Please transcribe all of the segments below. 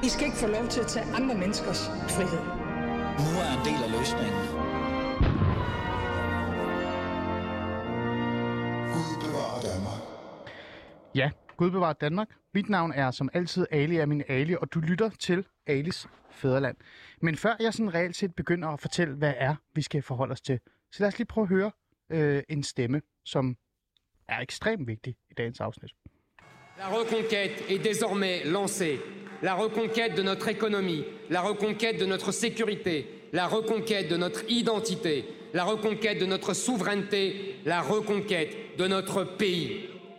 I skal ikke få lov til at tage andre menneskers frihed. Nu er en del af løsningen. Gud bevarer Danmark. Ja, Gud bevarer Danmark. Mit navn er som altid Ali Amin Ali, og du lytter til Alis Fædreland. Men før jeg sådan reelt set begynder at fortælle, hvad vi skal forholde os til, så lad os lige prøve at høre en stemme, som er ekstremt vigtig i dagens afsnit. La reconquête est désormais lancée. La reconquête de notre économie, la reconquête de notre sécurité, la reconquête de notre identité, la reconquête de notre souveraineté, la reconquête de notre pays.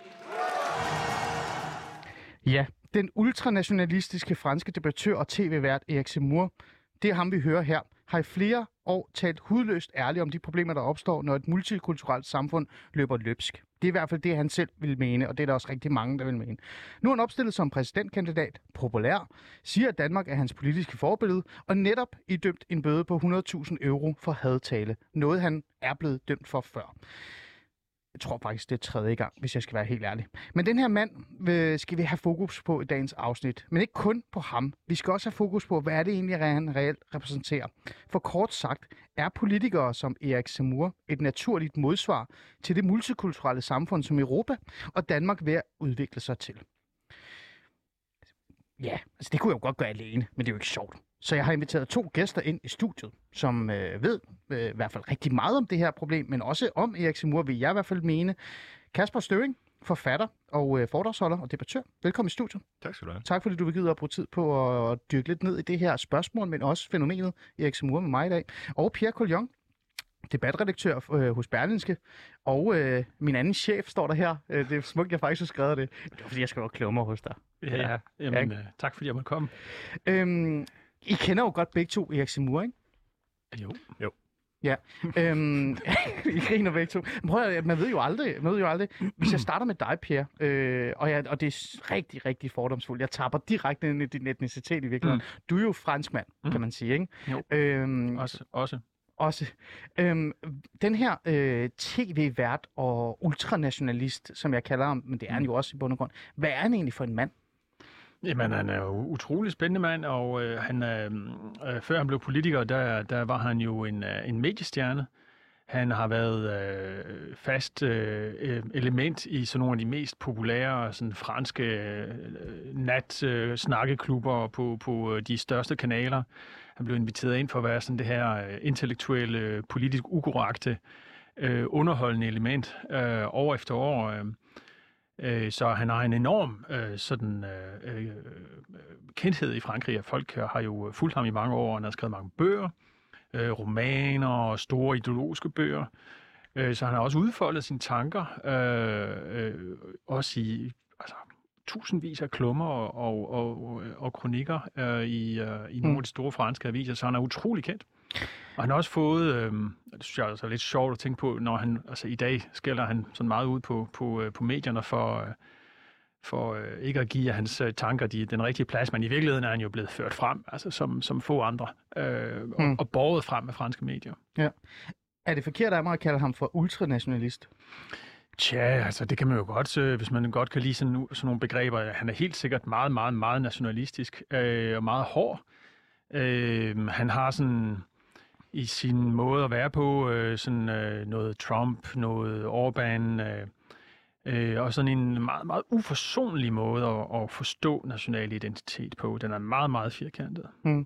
Ja, den ultranationalistiske franske debattør og tv-vært Eric Zemmour, det er ham, vi hører her, har i flere år talt hudløst ærligt om de problemer, der opstår, når et multikulturelt samfund løber løbsk. Det er i hvert fald det, han selv vil mene, og det er der også rigtig mange, der vil mene. Nu er han opstillet som præsidentkandidat, populær, siger, at Danmark er hans politiske forbillede, og netop idømt en bøde på 100.000 euro for hadtale. Noget, han er blevet dømt for før. Jeg tror faktisk, det er tredje gang, hvis jeg skal være helt ærlig. Men den her mand skal vi have fokus på i dagens afsnit. Men ikke kun på ham. Vi skal også have fokus på, hvad er det egentlig, han reelt repræsenterer. For kort sagt, er politikere som Eric Zemmour et naturligt modsvar til det multikulturelle samfund, som Europa og Danmark ved at udvikle sig til. Ja, altså det kunne jeg jo godt gøre alene, men det er jo ikke sjovt. Så jeg har inviteret 2 gæster ind i studiet, som ved i hvert fald rigtig meget om det her problem, men også om Eric Zemmour, vil jeg i hvert fald mene. Kasper Støvring, forfatter og foredragsholder og debattør. Velkommen i studiet. Tak skal du have. Tak fordi du vil give at bruge tid på at dykke lidt ned i det her spørgsmål, men også fænomenet Eric Zemmour med mig i dag. Og Pierre Collion, debatredaktør hos Berlingske, og min anden chef står der her. Det er smukt, jeg faktisk har skrevet det. Det var fordi, jeg skal være klogere hos dig. Ja. Jamen, tak fordi jeg måtte komme. I kender jo godt begge to Eric Zemmour, ikke? Jo. Ja. I griner begge to. Man ved jo aldrig. Hvis jeg starter med dig, Pierre, og det er rigtig, rigtig fordomsfuldt. Jeg tapper direkte ind i din etnicitet i virkeligheden. Du er jo franskmand, kan man sige, ikke? Jo. Også. Den her tv-vært og ultranationalist, som jeg kalder ham, men det er han jo også i bund og grund. Hvad er han egentlig for en mand? Jamen, han er jo utrolig spændende mand, og før han blev politiker, der var han jo en mediestjerne. Han har været fast element i sådan nogle af de mest populære sådan franske nat-snakkeklubber på de største kanaler. Han blev inviteret ind for at være sådan det her intellektuelle, politisk ukorrekte, underholdende element år efter år. Så han har en enorm kendthed i Frankrig, og folk har jo fulgt ham i mange år, og han har skrevet mange bøger, romaner og store ideologiske bøger. Så han har også udfoldet sine tanker, også i tusindvis af klummer og kronikker i nogle af de store franske aviser, så han er utrolig kendt. Og han har også fået, det synes jeg er lidt sjovt at tænke på, når han, altså i dag skælder han sådan meget ud på medierne for ikke at give hans tanker den rigtige plads, men i virkeligheden er han jo blevet ført frem, altså som få andre, og båret frem med franske medier. Ja. Er det forkert af mig at kalde ham for ultranationalist? Tja, altså det kan man jo godt, hvis man godt kan lide sådan nogle begreber. Han er helt sikkert meget, meget, meget nationalistisk og meget hård. Han har sådan i sin måde at være på noget Trump, noget Orbán, og sådan en meget, meget uforsonlig måde at forstå national identitet på. Den er meget, meget firkantet.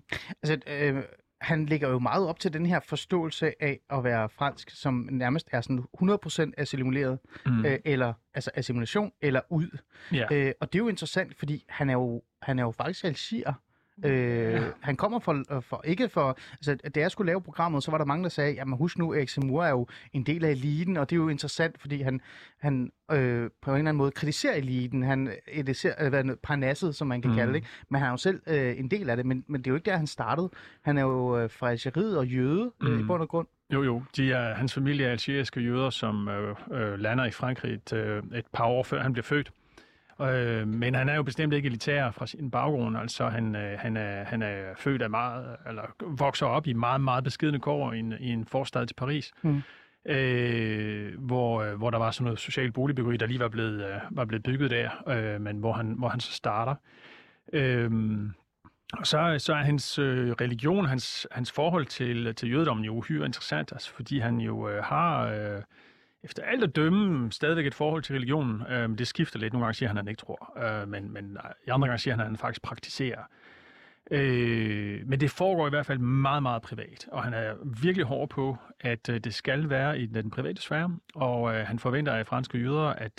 Han lægger jo meget op til den her forståelse af at være fransk, som nærmest er sådan 100% assimileret, eller altså assimilation eller ud. Yeah. Og det er jo interessant, fordi han er jo faktisk algier. Han kommer ikke for, altså da jeg skulle lave programmet, så var der mange, der sagde, jamen husk nu, Eric Zemmour er jo en del af eliten, og det er jo interessant, fordi han på en eller anden måde kritiserer eliten, han editerer parnasset, som man kan kalde det, ikke? Men han er jo selv en del af det, men det er jo ikke der, han startede. Han er jo fra Algeriet og jøde i bund og grund. Jo, hans familie er algeriske jøder, som lander i Frankrig et par år før han bliver født. Men han er jo bestemt ikke elitær fra sin baggrund, altså han er født af meget, eller vokser op i meget, meget beskedne kår i en forstad til Paris, hvor der var sådan noget socialt boligbyggeri, der lige var blevet bygget der, men hvor han så starter. Og så er hans religion, hans forhold til jødedommen jo uhyre interessant, altså, fordi han jo har, efter alt at dømme, stadigvæk et forhold til religionen. Det skifter lidt. Nogle gange siger han ikke tror, men i andre gange siger han faktisk praktiserer. Men det foregår i hvert fald meget, meget privat, og han er virkelig hård på, at det skal være i den private sfære, og han forventer af franske jøder, at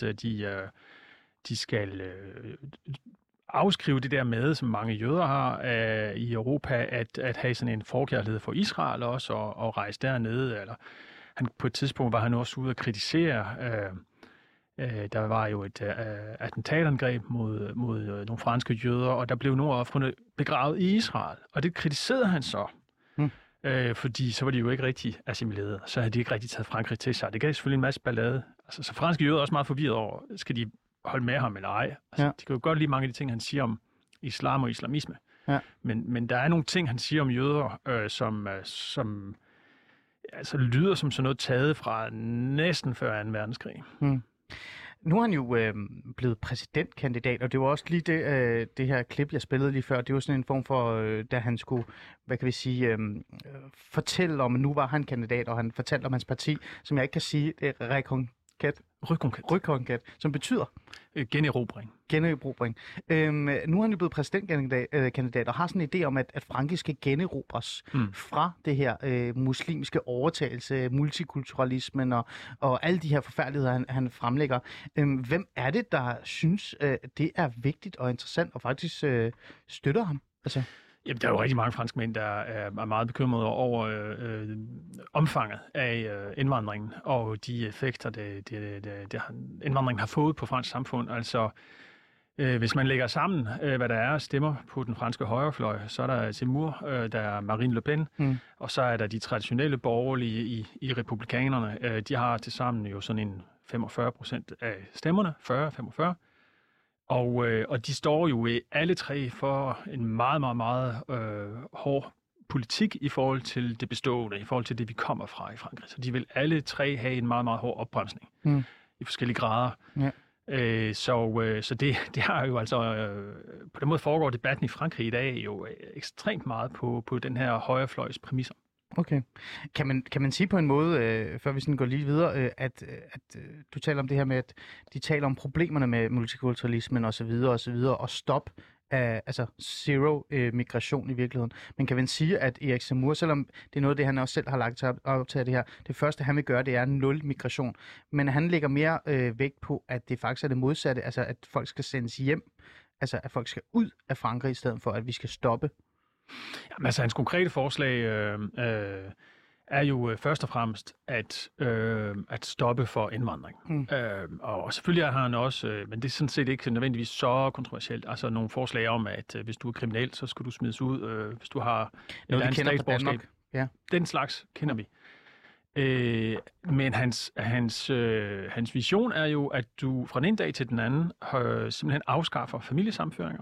de skal afskrive det der med, som mange jøder har i Europa, at have sådan en forkærlighed for Israel også, og rejse dernede. Eller på et tidspunkt var han også ude at kritisere. Der var jo et attentatangreb mod nogle franske jøder, og der blev nogle af ofrene begravet i Israel. Og det kritiserede han så, fordi så var de jo ikke rigtig assimileret. Så havde de ikke rigtig taget Frankrig til sig. Det gav selvfølgelig en masse ballade. Altså, så franske jøder er også meget forvirret over, skal de holde med ham eller ej. Altså, de kan jo godt lide mange af de ting, han siger om islam og islamisme. Ja. Men der er nogle ting, han siger om jøder, som altså lyder som sådan noget taget fra næsten før 2. verdenskrig. Nu er han jo blevet præsidentkandidat, og det var også lige det her klip, jeg spillede lige før. Det var sådan en form for, da han skulle, hvad kan vi sige, fortælle om, at nu var han kandidat, og han fortalte om hans parti, som jeg ikke kan sige, det er Reconquête, som betyder generobring. Nu er han jo blevet præsidentkandidat og har sådan en idé om, at Frankrig skal generobres fra det her muslimske overtagelse, multikulturalismen og alle de her forfærdeligheder, han fremlægger. Hvem er det, der synes, det er vigtigt og interessant og faktisk støtter ham? Altså... Jamen, der er jo rigtig mange franskmænd, der er meget bekymrede over omfanget af indvandringen og de effekter, indvandringen har fået på fransk samfund. Altså, hvis man lægger sammen, hvad der er stemmer på den franske højrefløj, så er der Zemmour, der er Marine Le Pen, og så er der de traditionelle borgerlige i republikanerne. De har tilsammen jo sådan en 45% af stemmerne, 40-45%. Og de står jo alle tre for en meget, meget, meget hård politik i forhold til det bestående, i forhold til det, vi kommer fra i Frankrig. Så de vil alle tre have en meget, meget hård opbremsning i forskellige grader. Ja. Så det har jo altså... på den måde foregår debatten i Frankrig i dag jo ekstremt meget på den her højrefløjs præmisser. Okay. Kan man sige på en måde, før vi sådan går lige videre, at du taler om det her med, at de taler om problemerne med multikulturalismen osv. og stop af altså zero migration i virkeligheden. Men kan man sige, at Erik Zemmour, selvom det er noget, det han også selv har lagt op til det her, det første han vil gøre, det er 0 migration. Men han lægger mere vægt på, at det faktisk er det modsatte, altså at folk skal sendes hjem, altså at folk skal ud af Frankrig i stedet for, at vi skal stoppe. Jamen, altså hans konkrete forslag er jo først og fremmest at stoppe for indvandring. Og selvfølgelig har han også, men det er sådan set ikke nødvendigvis så kontroversielt, altså nogle forslag om, at hvis du er kriminel, så skal du smides ud, hvis du har et andet statsborgerskab. Ja. Den slags kender vi. Men hans vision er jo, at du fra den ene dag til den anden simpelthen afskaffer familiesammenføringer.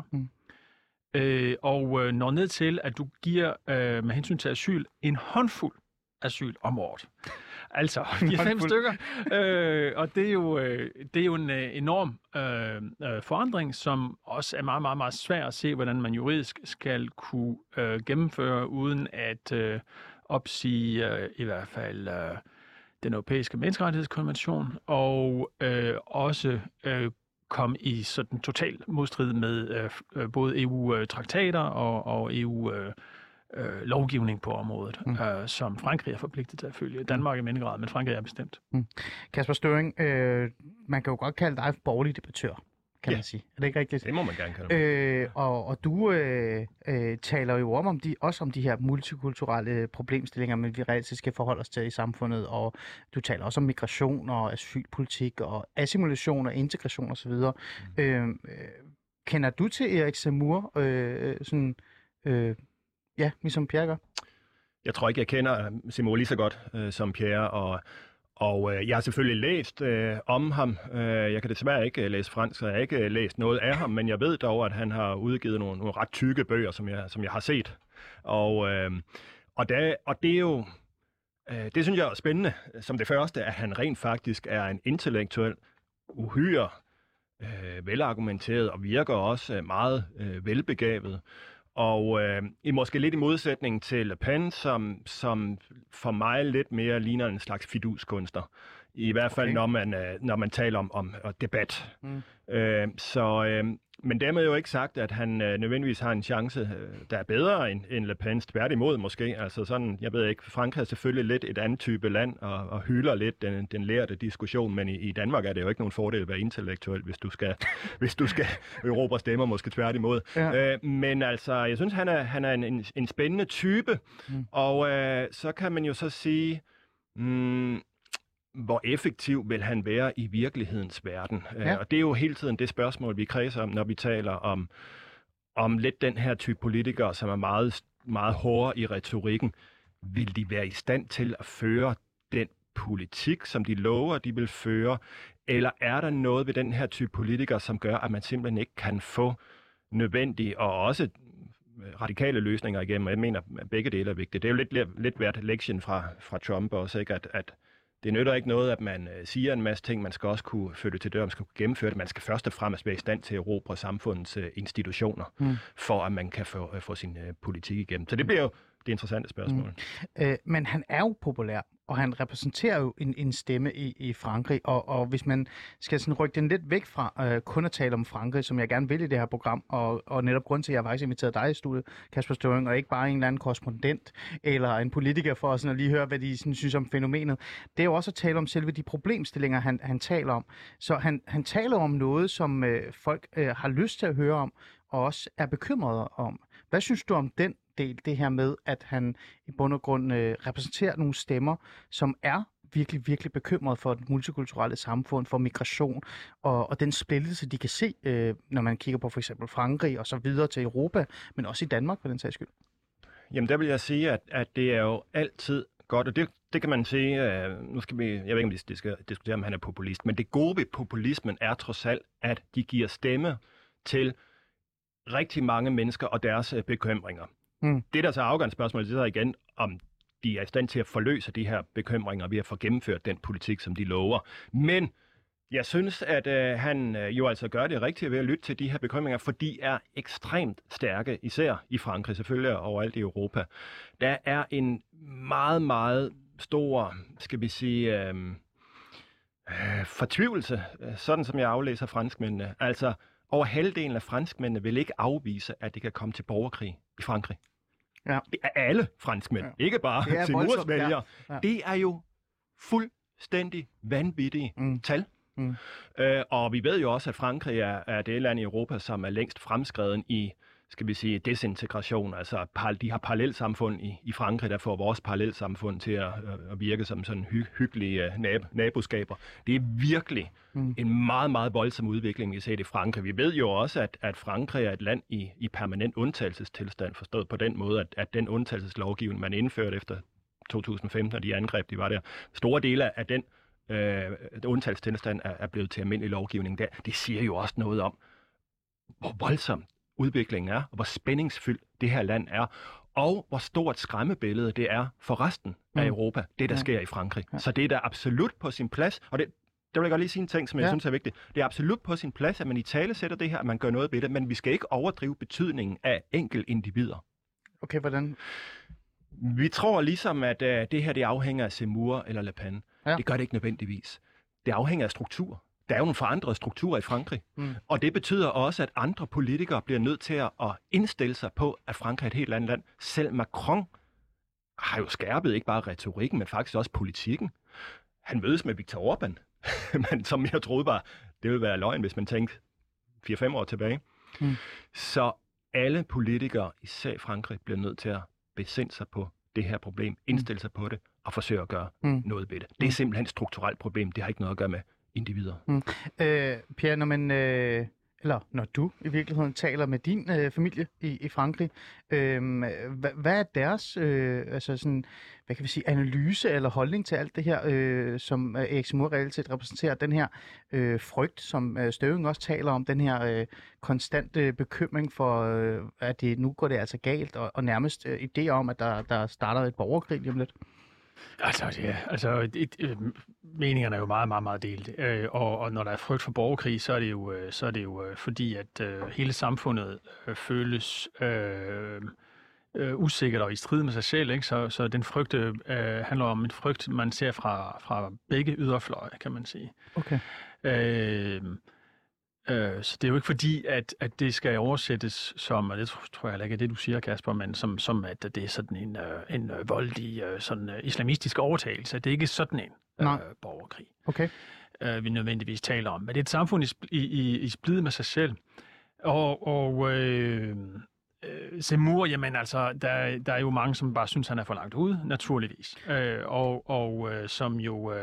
Og når ned til, at du giver med hensyn til asyl en håndfuld asyl om året. Altså 4-5 stykker. Og det er jo en enorm forandring, som også er meget, meget, meget svær at se, hvordan man juridisk skal kunne gennemføre, uden at opsige i hvert fald den europæiske menneskerettighedskonvention, og også kom i sådan total modstrid med både EU-traktater og EU-lovgivning på området, som Frankrig er forpligtet til at følge. Danmark er menneskerettighed, men Frankrig er bestemt. Kasper Støring, man kan jo godt kalde dig borgerlig debattør, kan man sige. Er det ikke rigtigt? Det må man gerne kalde og du taler jo også om de her multikulturelle problemstillinger, men vi reelt skal forholde os til i samfundet, og du taler også om migration og asylpolitik og assimilation og integration osv. Kender du til Erik Zemmour, ligesom Pierre gør? Jeg tror ikke, jeg kender Zemmour lige så godt som Pierre, og jeg har selvfølgelig læst om ham. Jeg kan desværre ikke læse fransk, så jeg har ikke læst noget af ham, men jeg ved dog, at han har udgivet nogle ret tykke bøger, som jeg har set. Og det er jo, det synes jeg er spændende, som det første, at han rent faktisk er en intellektuel, uhyre velargumenteret og virker også meget velbegavet. Og måske lidt i modsætning til Le Pen, som for mig lidt mere ligner en slags fiduskunstner. I hvert fald, når man taler om debat. Men dermed jo ikke sagt, at han nødvendigvis har en chance, der er bedre end Le Pen's. Tværtimod måske. Altså sådan, jeg ved ikke, Frankrig er selvfølgelig lidt et andet type land, og hylder lidt den lærte diskussion, men i Danmark er det jo ikke nogen fordel at være intellektuel, hvis du skal Europa stemmer, måske tværtimod. Ja. Men altså, jeg synes, han er en spændende type, og så kan man jo så sige... hvor effektiv vil han være i virkelighedens verden? Ja. Og det er jo hele tiden det spørgsmål, vi kredser om, når vi taler om lidt den her type politikere, som er meget, meget hårde i retorikken. Vil de være i stand til at føre den politik, som de lover, de vil føre? Eller er der noget ved den her type politikere, som gør, at man simpelthen ikke kan få nødvendige og også radikale løsninger igennem? Jeg mener, at begge dele er vigtige. Det er jo lidt været lektion fra Trump også, ikke? At det nytter ikke noget, at man siger en masse ting. Man skal også kunne føre det til dør, man skal kunne gennemføre det. Man skal først og fremmest være i stand til at erobre samfundets institutioner, for at man kan få sin politik igennem. Så det bliver jo det interessante spørgsmål. Men han er jo populær, og han repræsenterer jo en stemme i Frankrig, og hvis man skal sådan rykke den lidt væk fra kun at tale om Frankrig, som jeg gerne vil i det her program, og netop grund til, at jeg faktisk inviteret dig i studiet, Kasper Støvring, og ikke bare en eller anden korrespondent eller en politiker for sådan at lige høre, hvad de sådan synes om fænomenet, det er jo også at tale om selve de problemstillinger, han taler om. Så han taler om noget, som folk har lyst til at høre om, og også er bekymrede om. Hvad synes du om den del, det her med, at han i bund og grund repræsenterer nogle stemmer, som er virkelig, virkelig bekymret for det multikulturelle samfund, for migration og den splittelse, de kan se, når man kigger på for eksempel Frankrig og så videre til Europa, men også i Danmark på den sags skyld? Jamen der vil jeg sige, at det er jo altid godt, og det kan man sige, nu skal vi, jeg ved ikke, om vi skal diskutere, om han er populist, men det gode ved populismen er trods alt, at de giver stemme til rigtig mange mennesker og deres bekymringer. Det, der så er afgørende spørgsmål, det er igen, om de er i stand til at forløse de her bekymringer ved at få gennemført den politik, som de lover. Men jeg synes, at han jo altså gør det rigtigt ved at lytte til de her bekymringer, for de er ekstremt stærke, især i Frankrig, selvfølgelig overalt i Europa. Der er en meget, meget stor, skal vi sige, fortvivlelse, sådan som jeg aflæser franskmændene. Altså, over halvdelen af franskmændene vil ikke afvise, at det kan komme til borgerkrig i Frankrig. Ja. Det er alle franskmænd, ikke bare Zemmours vælgere. Ja. Det er jo fuldstændig vanvittige tal. Og vi ved jo også, at Frankrig er det land i Europa, som er længst fremskreden i, skal vi sige, desintegration. Altså, de har parallelsamfund i Frankrig, der får vores parallelsamfund til at virke som sådan hyggelige naboskaber. Det er virkelig en meget, meget voldsom udvikling, vi ser i Frankrig. Vi ved jo også, at Frankrig er et land i permanent undtagelsestilstand, forstået på den måde, at den undtagelseslovgivning, man indførte efter 2015, og de angreb, de var der, store dele af den undtagelsestilstand er blevet til almindelig lovgivning der. Det siger jo også noget om, hvor voldsom udviklingen er, og hvor spændingsfyldt det her land er, og hvor stort skræmmebillede det er for resten af Europa, det der sker i Frankrig. Så det er da absolut på sin plads, og der vil jeg godt lige sige en ting, som jeg synes er vigtigt. Det er absolut på sin plads, at man i tale sætter det her, at man gør noget ved det, men vi skal ikke overdrive betydningen af enkelte individer. Okay, hvordan? Vi tror ligesom, at det her det afhænger af Zemmour eller Le Pen. Ja. Det gør det ikke nødvendigvis. Det afhænger af struktur. Der er jo nogle forandrede strukturer i Frankrig. Og det betyder også, at andre politikere bliver nødt til at indstille sig på, at Frankrig er et helt andet land. Selv Macron har jo skærpet ikke bare retorikken, men faktisk også politikken. Han mødes med Viktor Orbán, men som jeg troede bare, det ville være løgn, hvis man tænkte 4-5 år tilbage. Så alle politikere, især i Frankrig, bliver nødt til at besinde sig på det her problem, indstille sig på det og forsøge at gøre noget ved det. Det er simpelthen et strukturelt problem. Det har ikke noget at gøre med individer. Pierre, når du i virkeligheden taler med din familie i Frankrig, hvad er deres altså sådan, hvad kan vi sige, analyse eller holdning til alt det her, som Erik Zemmour reelt set repræsenterer, den her frygt, som Støvring også taler om, den her konstante bekymring for, at nu går det altså galt, og nærmest idéer om, at der starter et borgerkrig lige om lidt? Meningerne er jo meget, meget, meget delt. Og når der er frygt for borgerkrig, så er det jo fordi, at hele samfundet føles usikkert og i strid med sig selv. Ikke? Så den frygt handler om en frygt, man ser fra begge yderfløje, kan man sige. Okay. Så det er jo ikke fordi, at det skal oversættes som, og det tror jeg ikke er det, du siger, Kasper, men som at det er sådan en voldelig islamistisk overtagelse. Det er ikke sådan en borgerkrig, vi nødvendigvis taler om. Men det er et samfund i splid med sig selv. Zemmour, jamen altså, der er jo mange, som bare synes, han er for langt ude, naturligvis. Som jo...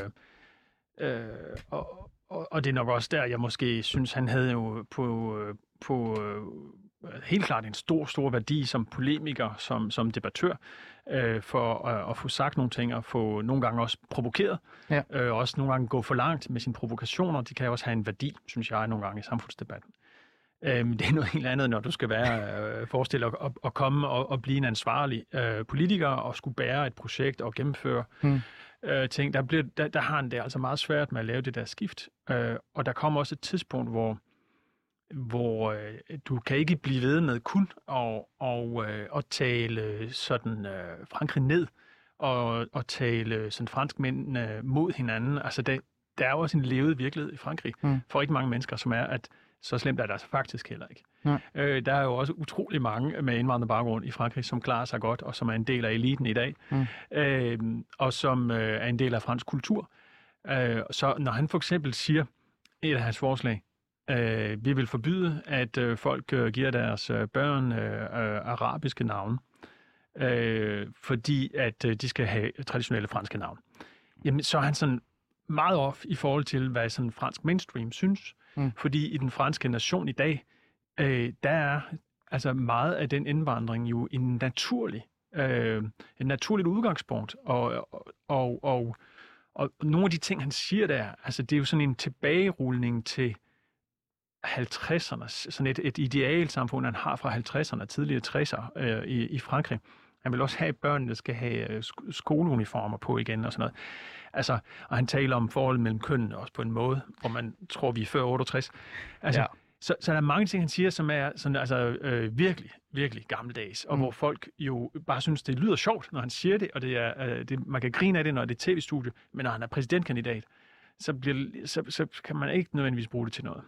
Og det er nok også der, jeg måske synes, han havde jo på helt klart en stor værdi som polemiker, som debattør, for at få sagt nogle ting og få nogle gange også provokeret. Ja. Også nogle gange gå for langt med sine provokationer. De kan også have en værdi, synes jeg, nogle gange i samfundsdebatten. Det er noget helt andet, når du skal forestille at komme og blive en ansvarlig politiker og skulle bære et projekt og gennemføre ting. Der har han det altså meget svært med at lave det der skift. Og der kommer også et tidspunkt, hvor du kan ikke blive ved med kun at tale sådan Frankrig ned og tale sådan franskmændene mod hinanden. Altså der er også en levet virkelighed i Frankrig for ikke mange mennesker, som er, at så slemt er det altså faktisk heller ikke. Der er jo også utrolig mange med indvandrerbaggrund i Frankrig, som klarer sig godt, og som er en del af eliten i dag, og som er en del af fransk kultur. Så når han for eksempel siger, et af hans forslag, vi vil forbyde, at folk giver deres børn arabiske navne, fordi at de skal have traditionelle franske navn. Jamen, så er han sådan meget off i forhold til, hvad sådan fransk mainstream synes. Fordi i den franske nation i dag, der er altså meget af den indvandring jo en naturligt udgangspunkt. Og nogle af de ting, han siger der, altså det er jo sådan en tilbagerulning til 50'erne, sådan et idealsamfund, han har fra 50'erne, tidligere 60'er i Frankrig. Han vil også have, at børnene skal have skoleuniformer på igen og sådan noget. Altså, og han taler om forholdet mellem kønnene også på en måde, hvor man tror, vi er før 68. Altså, så der er mange ting, han siger, som er sådan, virkelig, virkelig gammeldags, og hvor folk jo bare synes, det lyder sjovt, når han siger det, og man kan grine af det, når det er tv-studie, men når han er præsidentkandidat, så kan man ikke nødvendigvis bruge det til noget.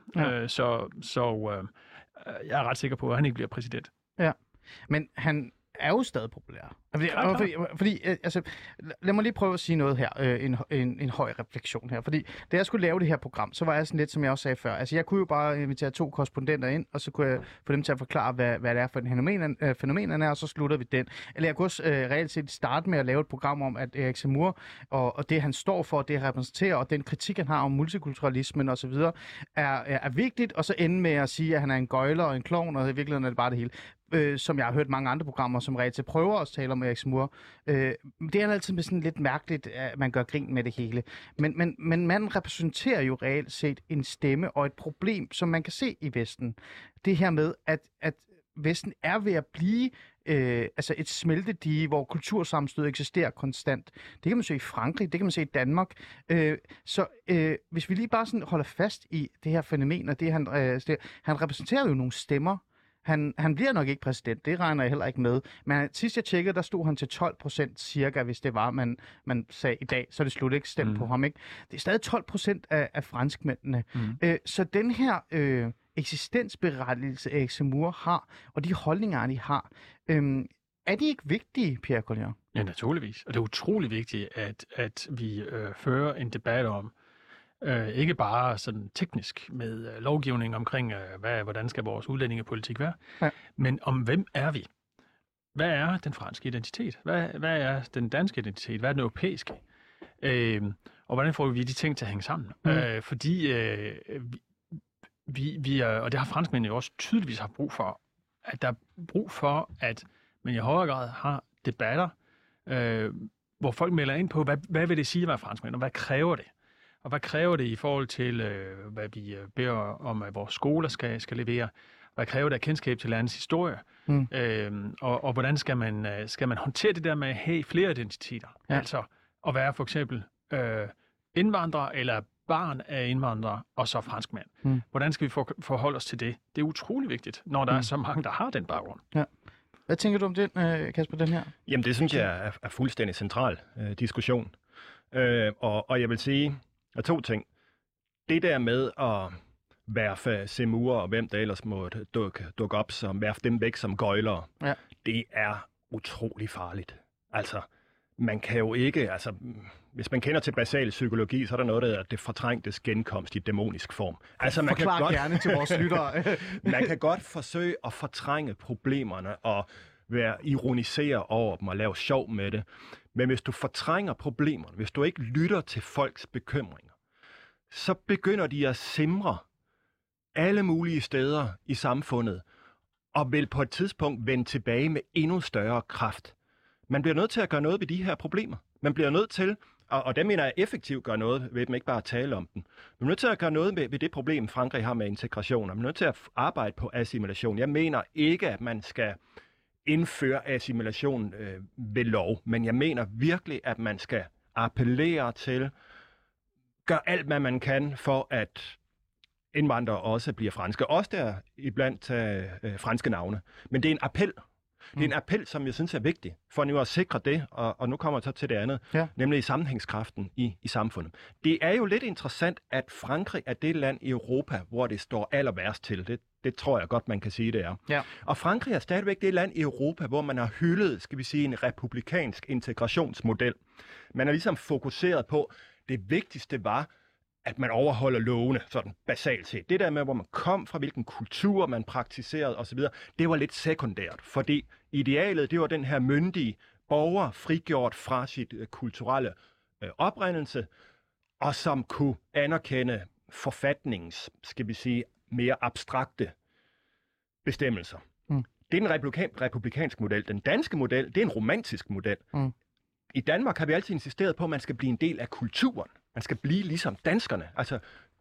Jeg er ret sikker på, at han ikke bliver præsident. Ja, men han er jo stadig populær. Fordi lad mig lige prøve at sige noget her, en høj refleksion her. Fordi da jeg skulle lave det her program, så var jeg sådan lidt, som jeg også sagde før. Altså, jeg kunne jo bare invitere 2 korrespondenter ind, og så kunne jeg få dem til at forklare, hvad det er for en fænomenerne er, og så slutter vi den. Eller jeg kunne også reelt set starte med at lave et program om, at Erik Zemmour og det, han står for, det han repræsenterer, og den kritik, han har om multikulturalismen osv., er vigtigt, og så ende med at sige, at han er en gøjler og en klovn, og i virkeligheden er det bare det hele. Som jeg har hørt mange andre programmer, som reelt til prøver at tale om Erik Zemmour. Det er altid sådan lidt mærkeligt, at man gør grin med det hele. Men man repræsenterer jo reelt set en stemme og et problem, som man kan se i Vesten. Det her med, at Vesten er ved at blive et smeltedige, hvor kultursammenstød eksisterer konstant. Det kan man se i Frankrig, det kan man se i Danmark. Hvis vi lige bare sådan holder fast i det her fænomen, og det han repræsenterer jo nogle stemmer. Han bliver nok ikke præsident, det regner jeg heller ikke med. Men sidst jeg tjekkede, der stod han til 12% cirka, hvis det var, man sagde i dag, så det slut ikke stemt på ham. Ikke? Det er stadig 12% af franskmændene. Så den her eksistensberettigelse, Erik Zemmour har, og de holdninger, de har, er de ikke vigtige, Pierre Collier? Ja, naturligvis. Og det er utrolig vigtigt, at vi fører en debat om, ikke bare sådan teknisk med lovgivning omkring, hvordan skal vores udlændingepolitik være, men om hvem er vi? Hvad er den franske identitet? Hvad er den danske identitet? Hvad er den europæiske? Og hvordan får vi de ting til at hænge sammen? Fordi vi og det har franskmændene jo også tydeligvis haft brug for, at der er brug for, at man i højere grad har debatter, hvor folk melder ind på, hvad vil det sige at være franskmænd, og hvad kræver det? Og hvad kræver det i forhold til, hvad vi beder om, at vores skoler skal levere? Hvad kræver det af kendskab til landets historie? Og hvordan skal man håndtere det der med at have flere identiteter? Ja. Altså, at være for eksempel indvandrere eller barn af indvandrere og så franskmand. Hvordan skal vi forholde os til det? Det er utrolig vigtigt, når der er så mange, der har den baggrund. Ja. Hvad tænker du om den, Kasper, den her? Jamen, det synes jeg er fuldstændig central diskussion. Og jeg vil sige, at 2 ting. Det der med at værfe Zemmour og hvem der ellers måtte dukke op, som værfe dem væk som gøjlere, det er utrolig farligt. Altså, man kan jo ikke, hvis man kender til basal psykologi, så er der noget, der hedder det fortrængtes genkomst i dæmonisk form. Altså, man Forklar gerne til vores lyttere. Man kan godt forsøge at fortrænge problemerne og ironisere over dem og lave sjov med det. Men hvis du fortrænger problemerne, hvis du ikke lytter til folks bekymringer, så begynder de at simre alle mulige steder i samfundet og vil på et tidspunkt vende tilbage med endnu større kraft. Man bliver nødt til at gøre noget ved de her problemer. Man bliver nødt til, og det mener jeg effektivt gøre noget ved dem, ikke bare at tale om dem. Man er nødt til at gøre noget ved det problem, Frankrig har med integration. Man er nødt til at arbejde på assimilation. Jeg mener ikke, at man skal indføre assimilation ved lov, men jeg mener virkelig, at man skal appellere til, gøre alt, hvad man kan for, at indvandrere også bliver franske. Også der iblandt franske navne. Men det er en appel. Det er en appel, som jeg synes er vigtig, for nu at sikre det, og nu kommer jeg så til det andet, nemlig sammenhængskraften i samfundet. Det er jo lidt interessant, at Frankrig er det land i Europa, hvor det står aller værst til. Det tror jeg godt, man kan sige, det er. Ja. Og Frankrig er stadigvæk det land i Europa, hvor man har hyldet, skal vi sige, en republikansk integrationsmodel. Man er ligesom fokuseret på, det vigtigste var, at man overholder lovene, sådan basalt set. Det der med, hvor man kom fra, hvilken kultur man praktiserede osv., det var lidt sekundært, fordi idealet, det var den her myndige borger, frigjort fra sit kulturelle oprindelse, og som kunne anerkende forfatningens, skal vi sige, mere abstrakte bestemmelser. Det er den republikanske model. Den danske model, det er en romantisk model. I Danmark har vi altid insisteret på, at man skal blive en del af kulturen. Man skal blive ligesom danskerne. Altså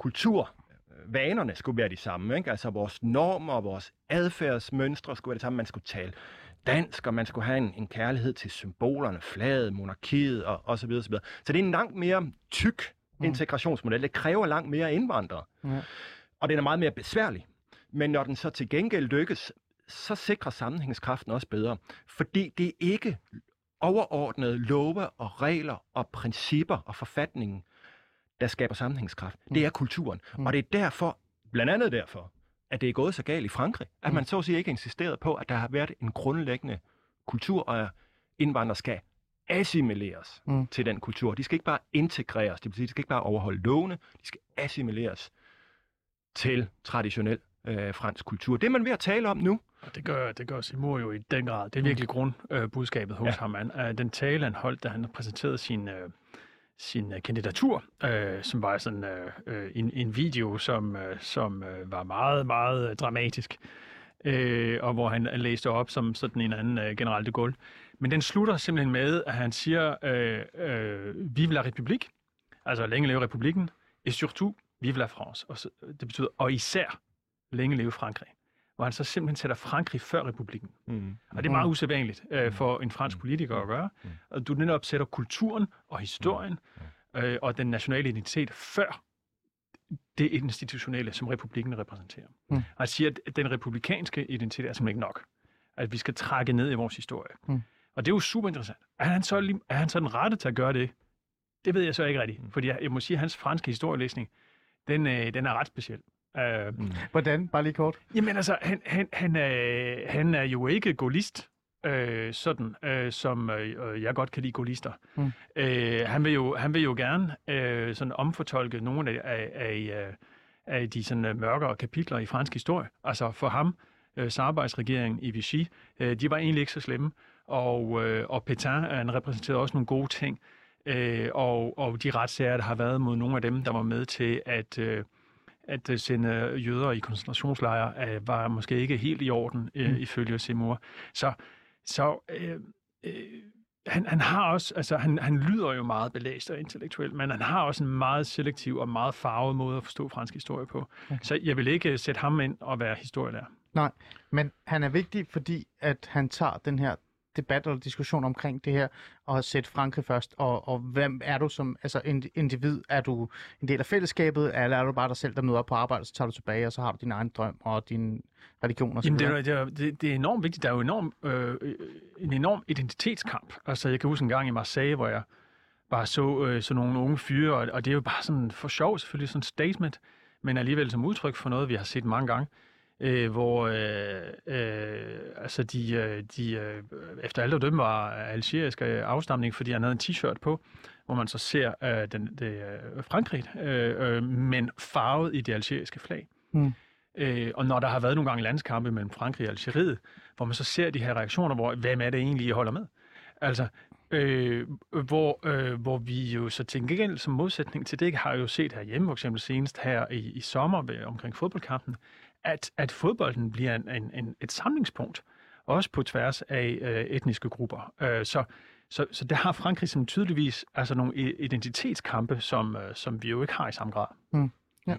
kulturvanerne skulle være de samme. Ikke? Altså vores normer, vores adfærdsmønstre skulle være det samme. Man skulle tale dansk, og man skulle have en kærlighed til symbolerne, flaget, monarkiet og så videre, så videre. Så det er en langt mere tyk integrationsmodel. Det kræver langt mere indvandrere. Ja. Og den er meget mere besværlig. Men når den så til gengæld lykkes, så sikrer sammenhængskraften også bedre. Fordi det er ikke overordnede love og regler og principper og forfatningen, der skaber sammenhængskraft. Det er kulturen. Og det er derfor, blandt andet derfor, at det er gået så galt i Frankrig. At man så at sige ikke insisteret på, at der har været en grundlæggende kultur, og indvandrere skal assimileres til den kultur. De skal ikke bare integreres, det vil sige, de skal ikke bare overholde lovene, de skal assimileres til traditionel fransk kultur. Det er man ved at tale om nu. Og det gør Zemmour jo i den grad. Det er virkelig grundbudskabet hos ham. Den tale, han holdt, da han præsenterede sin kandidatur, som var sådan en video, som var meget, meget dramatisk, og hvor han læste op som sådan en anden general de Gaulle. Men den slutter simpelthen med, at han siger, vive la République, altså længe leve republikken, et surtout vive la France. Og det betyder, og især længe leve Frankrig. Hvor han så simpelthen sætter Frankrig før republikken. Og det er meget usædvanligt for en fransk politiker at gøre. Og du netop sætter kulturen og historien og den nationale identitet før det institutionelle, som republikken repræsenterer. Og han siger, at den republikanske identitet er simpelthen ikke nok. At vi skal trække ned i vores historie. Og det er jo super interessant. Er han så den rette til at gøre det? Det ved jeg så ikke rigtigt. Fordi jeg må sige, at hans franske historielæsning, den er ret speciel. Hvordan? Bare lige kort. Jamen altså, han er jo ikke gaullist, som jeg godt kan lide gaullister. Han vil jo gerne sådan omfortolke nogle af de sådan mørkere kapitler i fransk historie. Altså for ham, samarbejdsregeringen i Vichy, de var egentlig ikke så slemme, og Pétain han repræsenterede også nogle gode ting, og de retssager, der har været mod nogle af dem, der var med til at sende jøder i koncentrationslejre, var måske ikke helt i orden, ifølge Zemmour. Så han har også, altså han lyder jo meget belæst og intellektuel, men han har også en meget selektiv og meget farvet måde at forstå fransk historie på. Okay. Så jeg vil ikke sætte ham ind og være historielærer. Nej, men han er vigtig, fordi at han tager den her debat eller diskussion omkring det her, og sætte Frankrig først, og hvem er du som individ? Er du en del af fællesskabet, eller er du bare dig selv, der møder op på arbejde, så tager du tilbage, og så har du din egen drøm og din religion og så videre? Det er enormt vigtigt. Der er jo en enorm identitetskamp. Altså, jeg kan huske en gang i Marseille, hvor jeg bare så nogle unge fyre, og det er jo bare sådan for sjov, selvfølgelig sådan statement, men alligevel som udtryk for noget, vi har set mange gange, hvor de efter alt at dømme var algeriske afstamning, fordi han havde en t-shirt på, hvor man så ser Frankrig, men farvet i det algeriske flag. Og når der har været nogle gange landskampe mellem Frankrig og Algeriet, hvor man så ser de her reaktioner, hvor hvem er det egentlig, I holder med? Altså, hvor vi jo så til gengæld som modsætning til det, har jo set herhjemme, for eksempel senest her i sommer omkring fodboldkampen, at fodbolden bliver et samlingspunkt, også på tværs af etniske grupper. Så der har Frankrig som tydeligvis altså nogle identitetskampe, som vi jo ikke har i samme grad. Ja.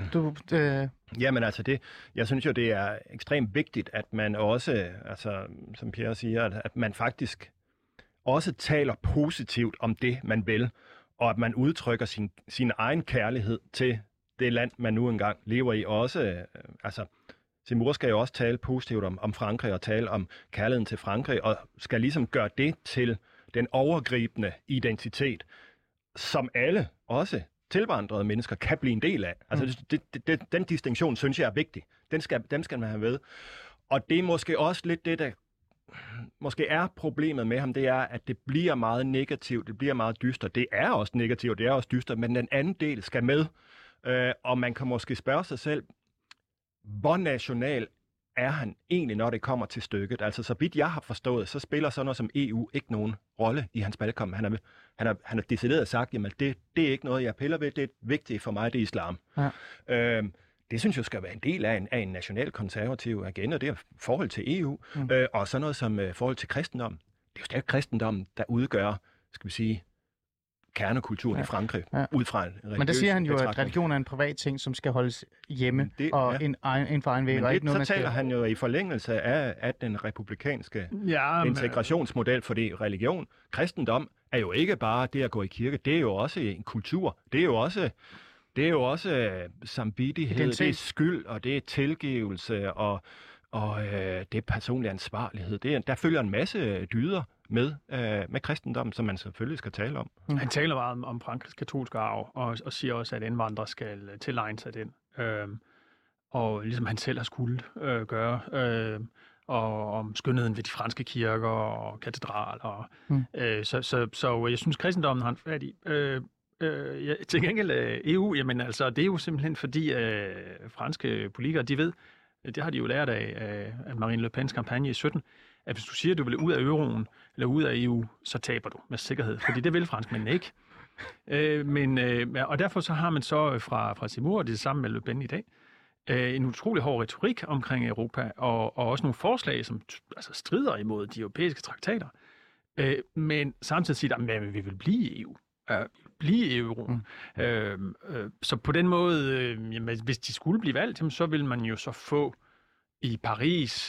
Jamen altså jeg synes jo, det er ekstremt vigtigt, at man også, altså som Pierre siger, at man faktisk også taler positivt om det, man vil, og at man udtrykker sin egen kærlighed til det land, man nu engang lever i. Også, Zemmour skal jo også tale positivt om Frankrig og tale om kærligheden til Frankrig, og skal ligesom gøre det til den overgribende identitet, som alle, også tilvandrede mennesker, kan blive en del af. Altså, den distinktion, synes jeg er vigtig. Den skal man have ved. Og det er måske også lidt det, der måske er problemet med ham, det er, at det bliver meget negativt, det bliver meget dystert. Det er også negativt, det er også dystert, men den anden del skal med. Og man kan måske spørge sig selv, hvor national er han egentlig, når det kommer til stykket? Altså, så vidt jeg har forstået, så spiller sådan noget som EU ikke nogen rolle i hans valgkamp. Han har decideret sagt, jamen det er ikke noget, jeg piller ved, det er vigtigt for mig, det er islam. Ja. Det synes jeg skal være en del af en national konservativ agenda, det er forhold til EU, og sådan noget som forhold til kristendom. Det er jo stadig kristendommen, der udgør, skal vi sige, kernekulturen i Frankrig, ud fra en religiøs. Men der siger han jo, at religion er en privat ting, som skal holdes hjemme, og en for egen væg. Så taler han jo i forlængelse af den republikanske integrationsmodel, fordi religion, kristendom, er jo ikke bare det at gå i kirke, det er jo også en kultur, det er jo også samvittighed, det er skyld, og det er tilgivelse, og det er personlig ansvarlighed. Der følger en masse dyder med kristendom, som man selvfølgelig skal tale om. Han taler meget om Frankrigs katolske arv, og siger også, at indvandrere skal tilegne sig den. Og ligesom han selv har skulle gøre, og om skønheden ved de franske kirker og katedraler. Så jeg synes, kristendommen har en fat i. Til gengæld EU, jamen altså, det er jo simpelthen fordi franske politikere, de ved, det har de jo lært af Marine Le Pens kampagne i 17, at hvis du siger, at du vil ud af euroen eller ud af EU, så taber du med sikkerhed, fordi det vil franskmændene ikke. Og derfor så har man så fra Zemmour, og det er samme med Le Pen i dag, en utrolig hård retorik omkring Europa, og også nogle forslag, som altså strider imod de europæiske traktater, men samtidig siger at vi vil blive i EU. Blive i euroen. Så på den måde, jamen, hvis de skulle blive valgt, jamen, så vil man jo så få i Paris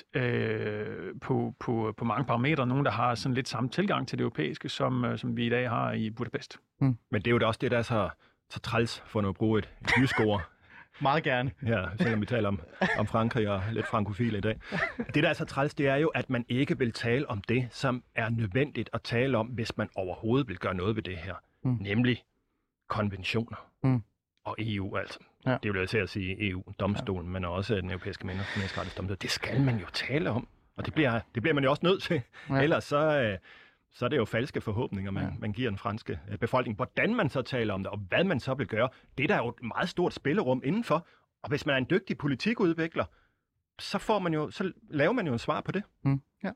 på mange parametre nogen, der har sådan lidt samme tilgang til det europæiske, som vi i dag har i Budapest. Men det er jo også det, der er så træls for at bruge et jysk ord. Meget gerne. Ja, selvom vi taler om Frankrig og lidt frankofile i dag. Det, der er så træls, det er jo, at man ikke vil tale om det, som er nødvendigt at tale om, hvis man overhovedet vil gøre noget ved det her. Nemlig konventioner og EU, altså. Ja. Det vil jeg til at sige EU-domstolen, men også den europæiske menneskerettighedsdomstol. Det skal man jo tale om, og det bliver man jo også nødt til. Ja. Ellers så er det jo falske forhåbninger, man giver den franske befolkning. Hvordan man så taler om det, og hvad man så vil gøre, det er der jo et meget stort spillerum indenfor. Og hvis man er en dygtig politikudvikler, så laver man jo en svar på det. Ja.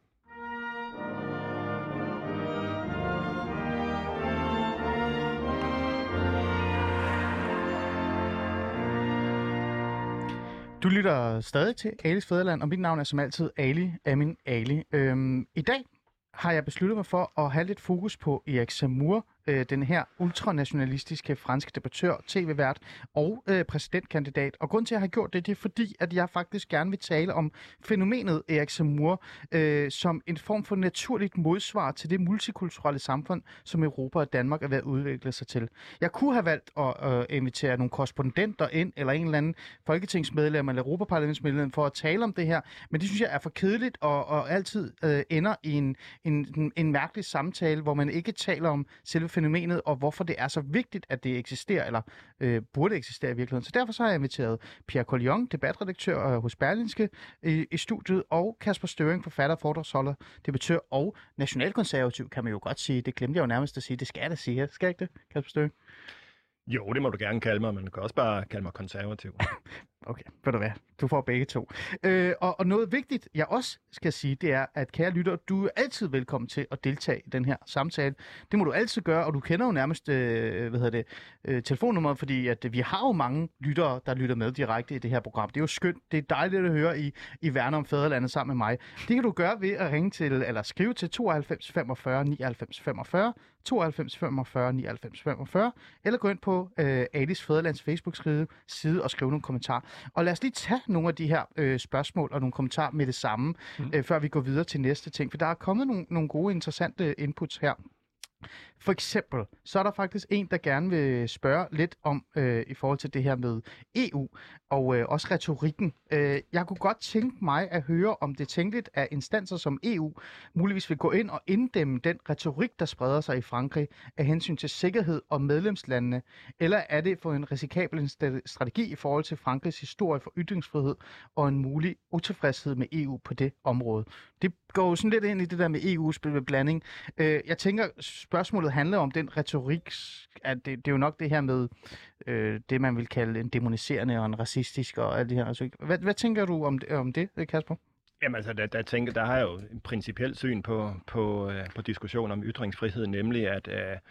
Du lytter stadig til Alis Fædreland, og mit navn er som altid Ali Amin Ali. I dag har jeg besluttet mig for at have lidt fokus på Erik Zemmour, den her ultranationalistiske franske debattør, tv-vært og præsidentkandidat. Og grund til, at jeg har gjort det, det er fordi, at jeg faktisk gerne vil tale om fænomenet Erik Zemmour som en form for naturligt modsvar til det multikulturelle samfund, som Europa og Danmark er ved at udvikle sig til. Jeg kunne have valgt at invitere nogle korrespondenter ind, eller en eller anden folketingsmedlem eller europaparlamentsmedlem for at tale om det her, men det synes jeg er for kedeligt og altid ender i en mærkelig samtale, hvor man ikke taler om selve fænomenet, og hvorfor det er så vigtigt, at det eksisterer, eller burde eksistere i virkeligheden. Så derfor så har jeg inviteret Pierre Collion, debatredaktør hos Berlingske, i studiet, og Kasper Støring, forfatter, foredragsholder, debattør og nationalkonservativ, kan man jo godt sige. Det glemte jeg jo nærmest at sige. Det skal jeg da sige. Skal jeg ikke det, Kasper Støring? Jo, det må du gerne kalde mig, men du kan også bare kalde mig konservativ. Okay, ved du hvad? Du får begge to. Og noget vigtigt, jeg også skal sige, det er, at kære lytter, du er altid velkommen til at deltage i den her samtale. Det må du altid gøre, og du kender jo nærmest telefonnummeret, fordi at vi har jo mange lyttere, der lytter med direkte i det her program. Det er jo skønt. Det er dejligt at høre, I værner om fædrelandet sammen med mig. Det kan du gøre ved at ringe til, eller skrive til 92 45 99 45, 92 45 99 45, eller gå ind på Adis Fædrelands Facebook-side og skrive nogle kommentarer. Og lad os lige tage nogle af de her spørgsmål og nogle kommentarer med det samme, før vi går videre til næste ting. For der er kommet nogle gode, interessante inputs her. For eksempel, så er der faktisk en, der gerne vil spørge lidt om i forhold til det her med EU og også retorikken. Jeg kunne godt tænke mig at høre, om det er tænkeligt, at instanser som EU muligvis vil gå ind og inddæmme den retorik, der spreder sig i Frankrig af hensyn til sikkerhed og medlemslandene, eller er det for en risikabel strategi i forhold til Frankrigs historie for ytringsfrihed og en mulig utilfredshed med EU på det område? Det går jo sådan lidt ind i det der med EU-blanding. Jeg tænker, spørgsmålet handler om den retorik, at det er jo nok det her med det, man vil kalde en demoniserende og en racistisk og alt det her. Hvad tænker du om det, Kasper? Jamen altså, der har jeg jo en principielt syn på diskussion om ytringsfrihed, nemlig at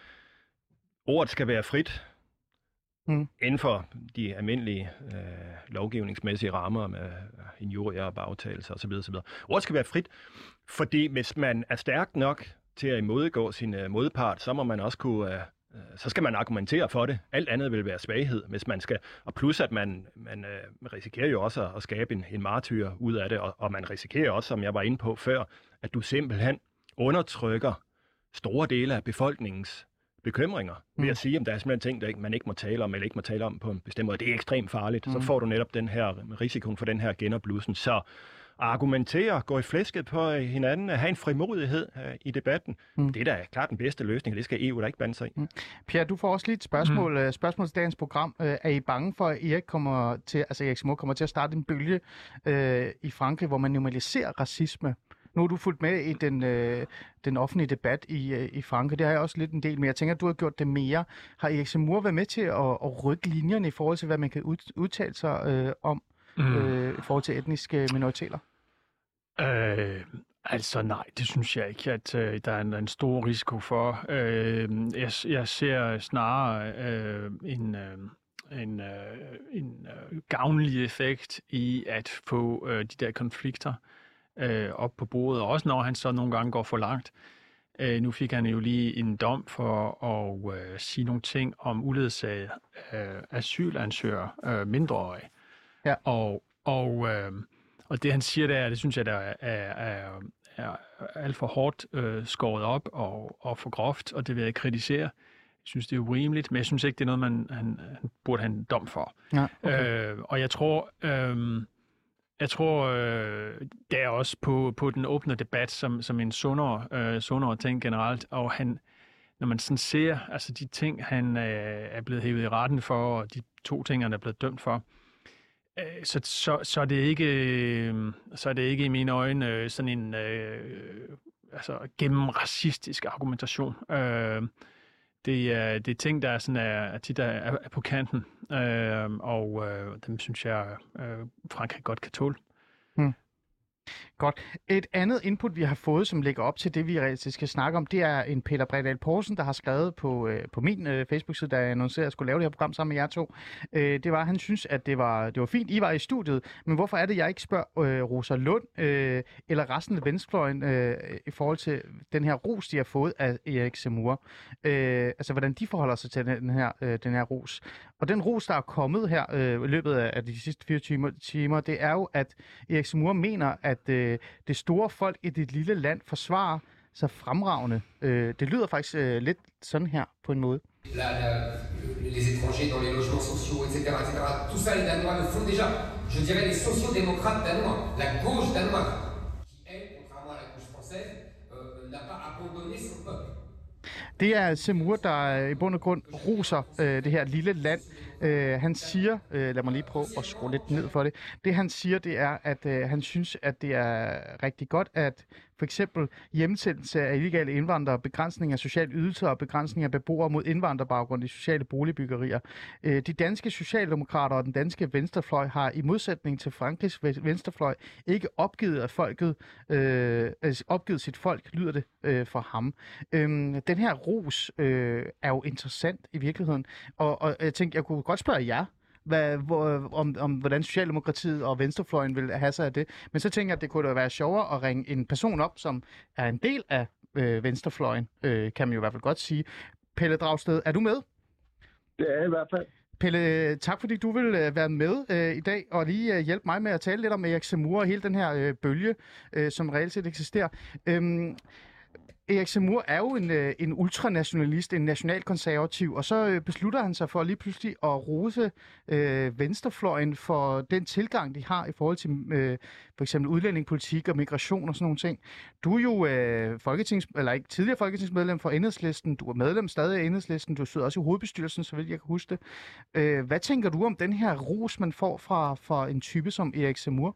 ordet skal være frit inden for de almindelige lovgivningsmæssige rammer med injurier og bagtagelser osv. Ordet skal være frit, fordi hvis man er stærk nok til at imødegå sin modpart, så må man også kunne så skal man argumentere for det. Alt andet vil være svaghed, hvis man skal. Og plus, at man risikerer jo også at skabe en martyr ud af det, og man risikerer også, som jeg var inde på før, at du simpelthen undertrykker store dele af befolkningens bekymringer ved at sige, at der er simpelthen ting, man ikke må tale om, eller ikke må tale om på en bestemt måde. Det er ekstremt farligt. Så får du netop den her risikoen for den her genopblussen. Så argumentere, gå i flæsket på hinanden, have en frimodighed i debatten. Det er da klart den bedste løsning, og det skal EU da ikke blande sig i. Pierre, du får også lige et spørgsmål. Spørgsmål til dagens program. Er I bange for, at Erik Zemmour kommer til at starte en bølge i Frankrig, hvor man normaliserer racisme? Nu har du fulgt med i den offentlige debat i Frankrig. Det har jeg også lidt en del, men jeg tænker, at du har gjort det mere. Har Erik Zemmour været med til at rykke linjerne i forhold til, hvad man kan udtale sig om i forhold til etniske minoriteter? Altså nej, det synes jeg ikke, at der er en stor risiko for. Jeg ser snarere en gavnlig effekt i at få de der konflikter op på bordet, også når han så nogle gange går for langt. Nu fik han jo lige en dom for at sige nogle ting om uledsagede asylansøgere, mindreårige. Ja. Og det han siger der, det synes jeg der er alt for hårdt skåret op og for groft, og det vil jeg kritisere. Jeg synes, det er urimeligt, men jeg synes ikke, det er noget, han burde have en dom for. Ja, okay. Og jeg tror, det er også på den åbne debat som en sundere ting generelt, og når man sådan ser altså de ting, han er blevet hævet i retten for, og de 2 ting, han er blevet dømt for, så er det ikke i mine øjne sådan en gennem racistisk argumentation. Det er ting, der tit er på kanten, og dem synes jeg, Frankrig godt kan tåle. Godt. Et andet input, vi har fået, som ligger op til det, vi reelt skal snakke om, det er en Peter Bredal Poulsen, der har skrevet på min Facebook-side, da jeg annoncerede, at jeg skulle lave det her program sammen med jer to. Det var, at han synes, at det var fint, I var i studiet, men hvorfor er det, jeg ikke spørger Rosa Lund eller resten af venstrefløjen i forhold til den her ros, de har fået af Erik Zemmour? Altså, hvordan de forholder sig til den her ros. Og den ros, der er kommet her i løbet af de sidste 24 timer, det er jo, at Erik Zemmour mener, at det store folk i det lille land forsvarer sig fremragende. Det lyder faktisk lidt sådan her på en måde. Les étrangers dans les logements sociaux, etc., etc. Tout ça, les Danois le font déjà. Je dirais les sociodémocrates danois, la gauche danoise, qui, elle, contrairement à la gauche française, n'a pas abandonné son peuple. Det er Zemmour, der i bund og grund roser det her lille land. Han siger, lad mig lige prøve at skrue lidt ned for det. Det han siger, det er, at han synes, at det er rigtig godt, at for eksempel hjemsendelse af illegale indvandrere, begrænsning af sociale ydelser og begrænsning af beboere mod indvandrerbaggrund i sociale boligbyggerier. De danske socialdemokrater og den danske venstrefløj har i modsætning til Frankrigs venstrefløj ikke opgivet sit folk, lyder det for ham. Den her ros er jo interessant i virkeligheden, og jeg tænkte, jeg kunne godt spørge jer, om hvordan Socialdemokratiet og venstrefløjen vil have sig af det. Men så tænker jeg, at det kunne da være sjovere at ringe en person op, som er en del af venstrefløjen, kan man jo i hvert fald godt sige. Pelle Dragsted, er du med? Det er i hvert fald. Pelle, tak fordi du vil være med i dag og lige hjælpe mig med at tale lidt om Erik Zemmour og hele den her bølge, som reelt set eksisterer. Erik Zemmour er jo en ultranationalist, en nationalkonservativ, og så beslutter han sig for lige pludselig at rose venstrefløjen for den tilgang, de har i forhold til for eksempel udlændingepolitik og migration og sådan nogle ting. Du er jo tidligere folketingsmedlem for Enhedslisten, du er medlem stadig af Enhedslisten, du sidder også i hovedbestyrelsen, så vidt jeg kan huske det. Hvad tænker du om den her ros, man får fra en type som Erik Zemmour?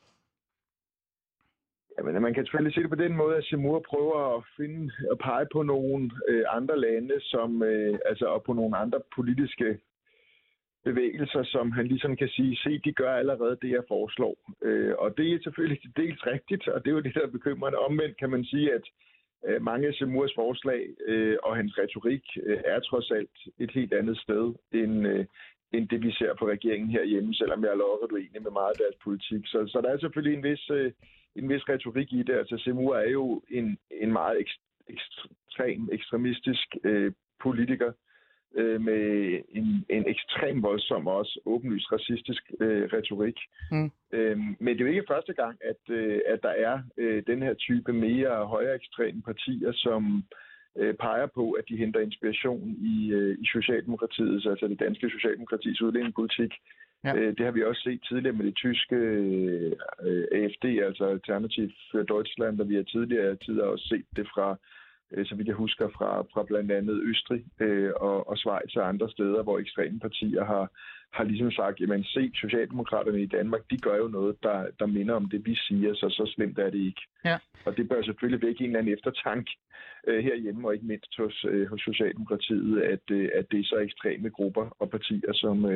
Jamen, man kan selvfølgelig se det på den måde, at Zemmour prøver at pege på nogle andre lande, som og på nogle andre politiske bevægelser, som han ligesom kan sige, se, de gør allerede det, jeg foreslår. Og det er selvfølgelig dels rigtigt, og det er jo det, der er bekymrende. Omvendt kan man sige, at mange af Zemmours forslag og hans retorik er trods alt et helt andet sted end det, vi ser på regeringen herhjemme, selvom jeg er lodret uenig med meget af deres politik. Så der er selvfølgelig en vis retorik i det. Altså Zemmour er jo en meget ekstremistisk politiker med en ekstrem voldsom og også åbenlyst racistisk retorik. Men det er jo ikke første gang, at der er den her type mere højere ekstreme partier, som peger på, at de henter inspiration i Socialdemokratiets, altså det danske Socialdemokratis udlændingepolitik. Ja. Det har vi også set tidligere med det tyske AfD, altså Alternativ für Deutschland, og vi har tidligere tider også set det fra, så vidt jeg husker, fra blandt andet Østrig og Schweiz og andre steder, hvor ekstreme partier har ligesom sagt, jamen se, Socialdemokraterne i Danmark, de gør jo noget, der minder om det, vi siger, så slemt er det ikke. Ja. Og det bør selvfølgelig vække en eller anden eftertanke herhjemme, og ikke mindst hos Socialdemokratiet, at det er så ekstreme grupper og partier,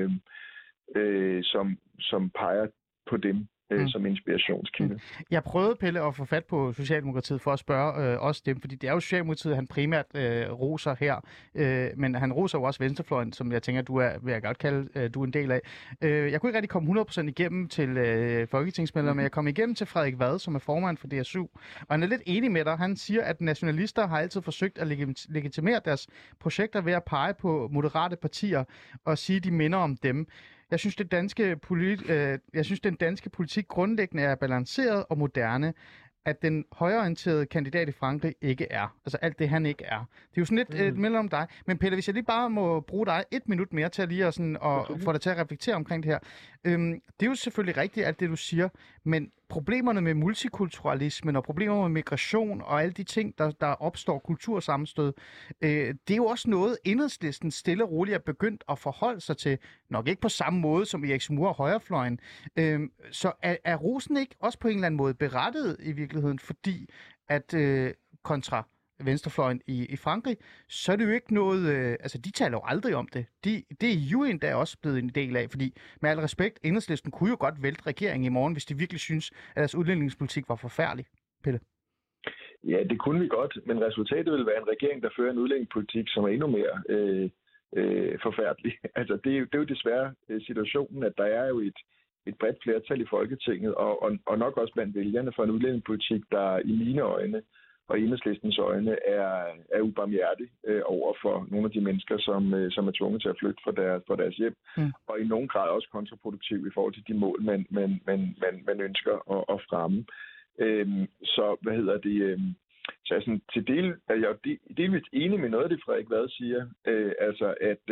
som peger på dem som inspirationskilde. Jeg prøvede, Pelle, at få fat på Socialdemokratiet for at spørge også dem, fordi det er jo Socialdemokratiet, han primært roser her, men han roser jo også venstrefløjen, som jeg tænker, vil jeg godt kalde, du er en del af. Jeg kunne ikke rigtig komme 100% igennem til folketingsmedlemmer, men jeg kom igennem til Frederik Vad, som er formand for DSU, og han er lidt enig med dig. Han siger, at nationalister har altid forsøgt at legitimere deres projekter ved at pege på moderate partier og sige, at de minder om dem. Jeg synes, den danske politik grundlæggende er balanceret og moderne, at den højreorienterede kandidat i Frankrig ikke er. Altså alt det, han ikke er. Det er jo sådan lidt mellem om dig. Men Pelle, hvis jeg lige bare må bruge dig 1 minut mere til at lige og få dig til at reflektere omkring det her. Det er jo selvfølgelig rigtigt, alt det, du siger, men problemerne med multikulturalismen og problemer med migration og alle de ting, der opstår, kultursammenstød, det er jo også noget, Enhedslisten stille og roligt er begyndt at forholde sig til, nok ikke på samme måde som Erik Zemmour og højrefløjen. Så er rosen ikke også på en eller anden måde berettiget i virkeligheden, fordi at kontra venstrefløjen i Frankrig, så er det jo ikke noget... altså, de taler jo aldrig om det. Det er jo endda også blevet en del af, fordi med al respekt, Enhedslisten kunne jo godt vælte regeringen i morgen, hvis de virkelig synes, at deres udlændingspolitik var forfærdelig. Pelle? Ja, det kunne vi godt, men resultatet vil være en regering, der fører en udlændingepolitik, som er endnu mere forfærdelig. Altså, det er jo desværre situationen, at der er jo et bredt flertal i Folketinget, og nok også blandt vælgerne for en udlændingepolitik, der i mine øjne og Enhedslistens øjne er ubarmhjertig over for nogle af de mennesker, som er tvunget til at flytte fra deres hjem, og i nogen grad også kontraproduktiv i forhold til de mål, man ønsker at fremme. Så så jeg sådan, er jeg delvis enig med noget af det, Frederik Vad siger, altså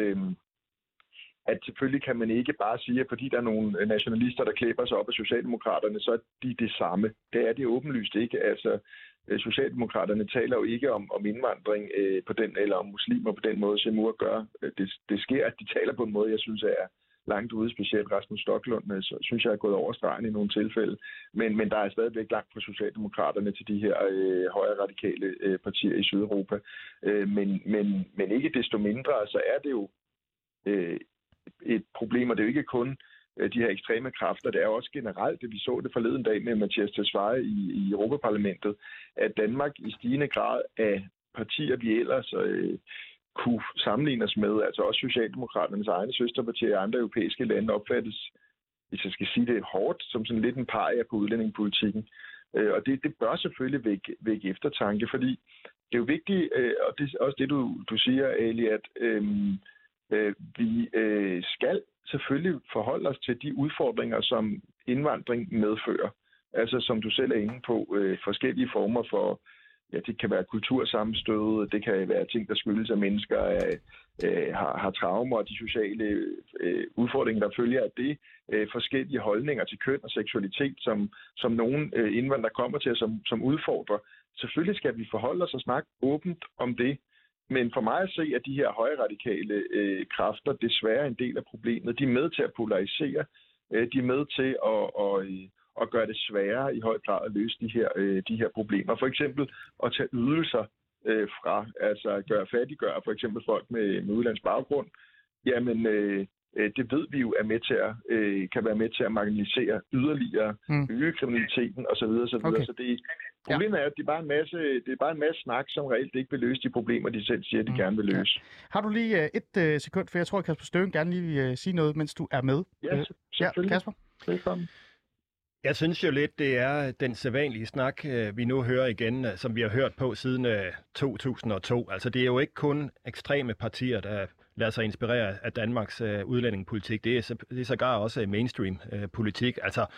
at selvfølgelig kan man ikke bare sige, at fordi der er nogle nationalister, der klæber sig op af Socialdemokraterne, så er de det samme. Det er det åbenlyst ikke. Altså, Socialdemokraterne taler jo ikke om indvandring på den, eller om muslimer på den måde, Zemmour gør. Det sker, at de taler på en måde, jeg synes er langt ude, specielt Rasmus Stoklund, så synes jeg er gået over stregen i nogle tilfælde. Men der er stadigvæk langt fra Socialdemokraterne til de her højre radikale partier i Sydeuropa. Men ikke desto mindre, så er det jo et problem, og det er jo ikke kun de her ekstreme kræfter. Det er jo også generelt, det vi så det forleden dag med Mathias Tesfaye i Europaparlamentet, at Danmark i stigende grad af partier, vi ellers kunne sammenligne os med, altså også Socialdemokraternes egne søsterpartier i andre europæiske lande, opfattes, hvis jeg skal sige det hårdt, som sådan lidt en paria på udlændingepolitikken. Og det bør selvfølgelig vække eftertanke, fordi det er jo vigtigt, og det er også det, du siger, Ali, at vi skal selvfølgelig forholde os til de udfordringer, som indvandring medfører. Altså, som du selv er inde på, forskellige former for, ja, det kan være kultursammenstød, det kan være ting, der skyldes, at mennesker har traumer, og de sociale udfordringer, der følger af det, forskellige holdninger til køn og seksualitet, som nogle indvandrere kommer til, som udfordrer. Selvfølgelig skal vi forholde os og snakke åbent om det, men for mig at se, at de her højre radikale kræfter desværre er en del af problemet. De er med til at polarisere, de er med til at gøre det sværere i høj grad at løse de her problemer. For eksempel at tage ydelser fra, altså fattiggøre for eksempel folk med udenlandsk baggrund. Jamen, det ved vi jo kan være med til at marginalisere yderligere, øge kriminaliteten osv. Okay. Så problemet er, at det er bare en masse snak, som reelt ikke vil løse de problemer, de selv siger, de gerne vil løse. Ja. Har du lige et sekund, for jeg tror, at Kasper Støen gerne lige vil sige noget, mens du er med. Ja, selvfølgelig. Kasper? Velkommen. Jeg synes jo lidt, det er den sædvanlige snak, vi nu hører igen, som vi har hørt på siden 2002. Altså, det er jo ikke kun ekstreme partier, der lader sig inspirere af Danmarks udlændingepolitik. Det er sågar også mainstream politik. Altså,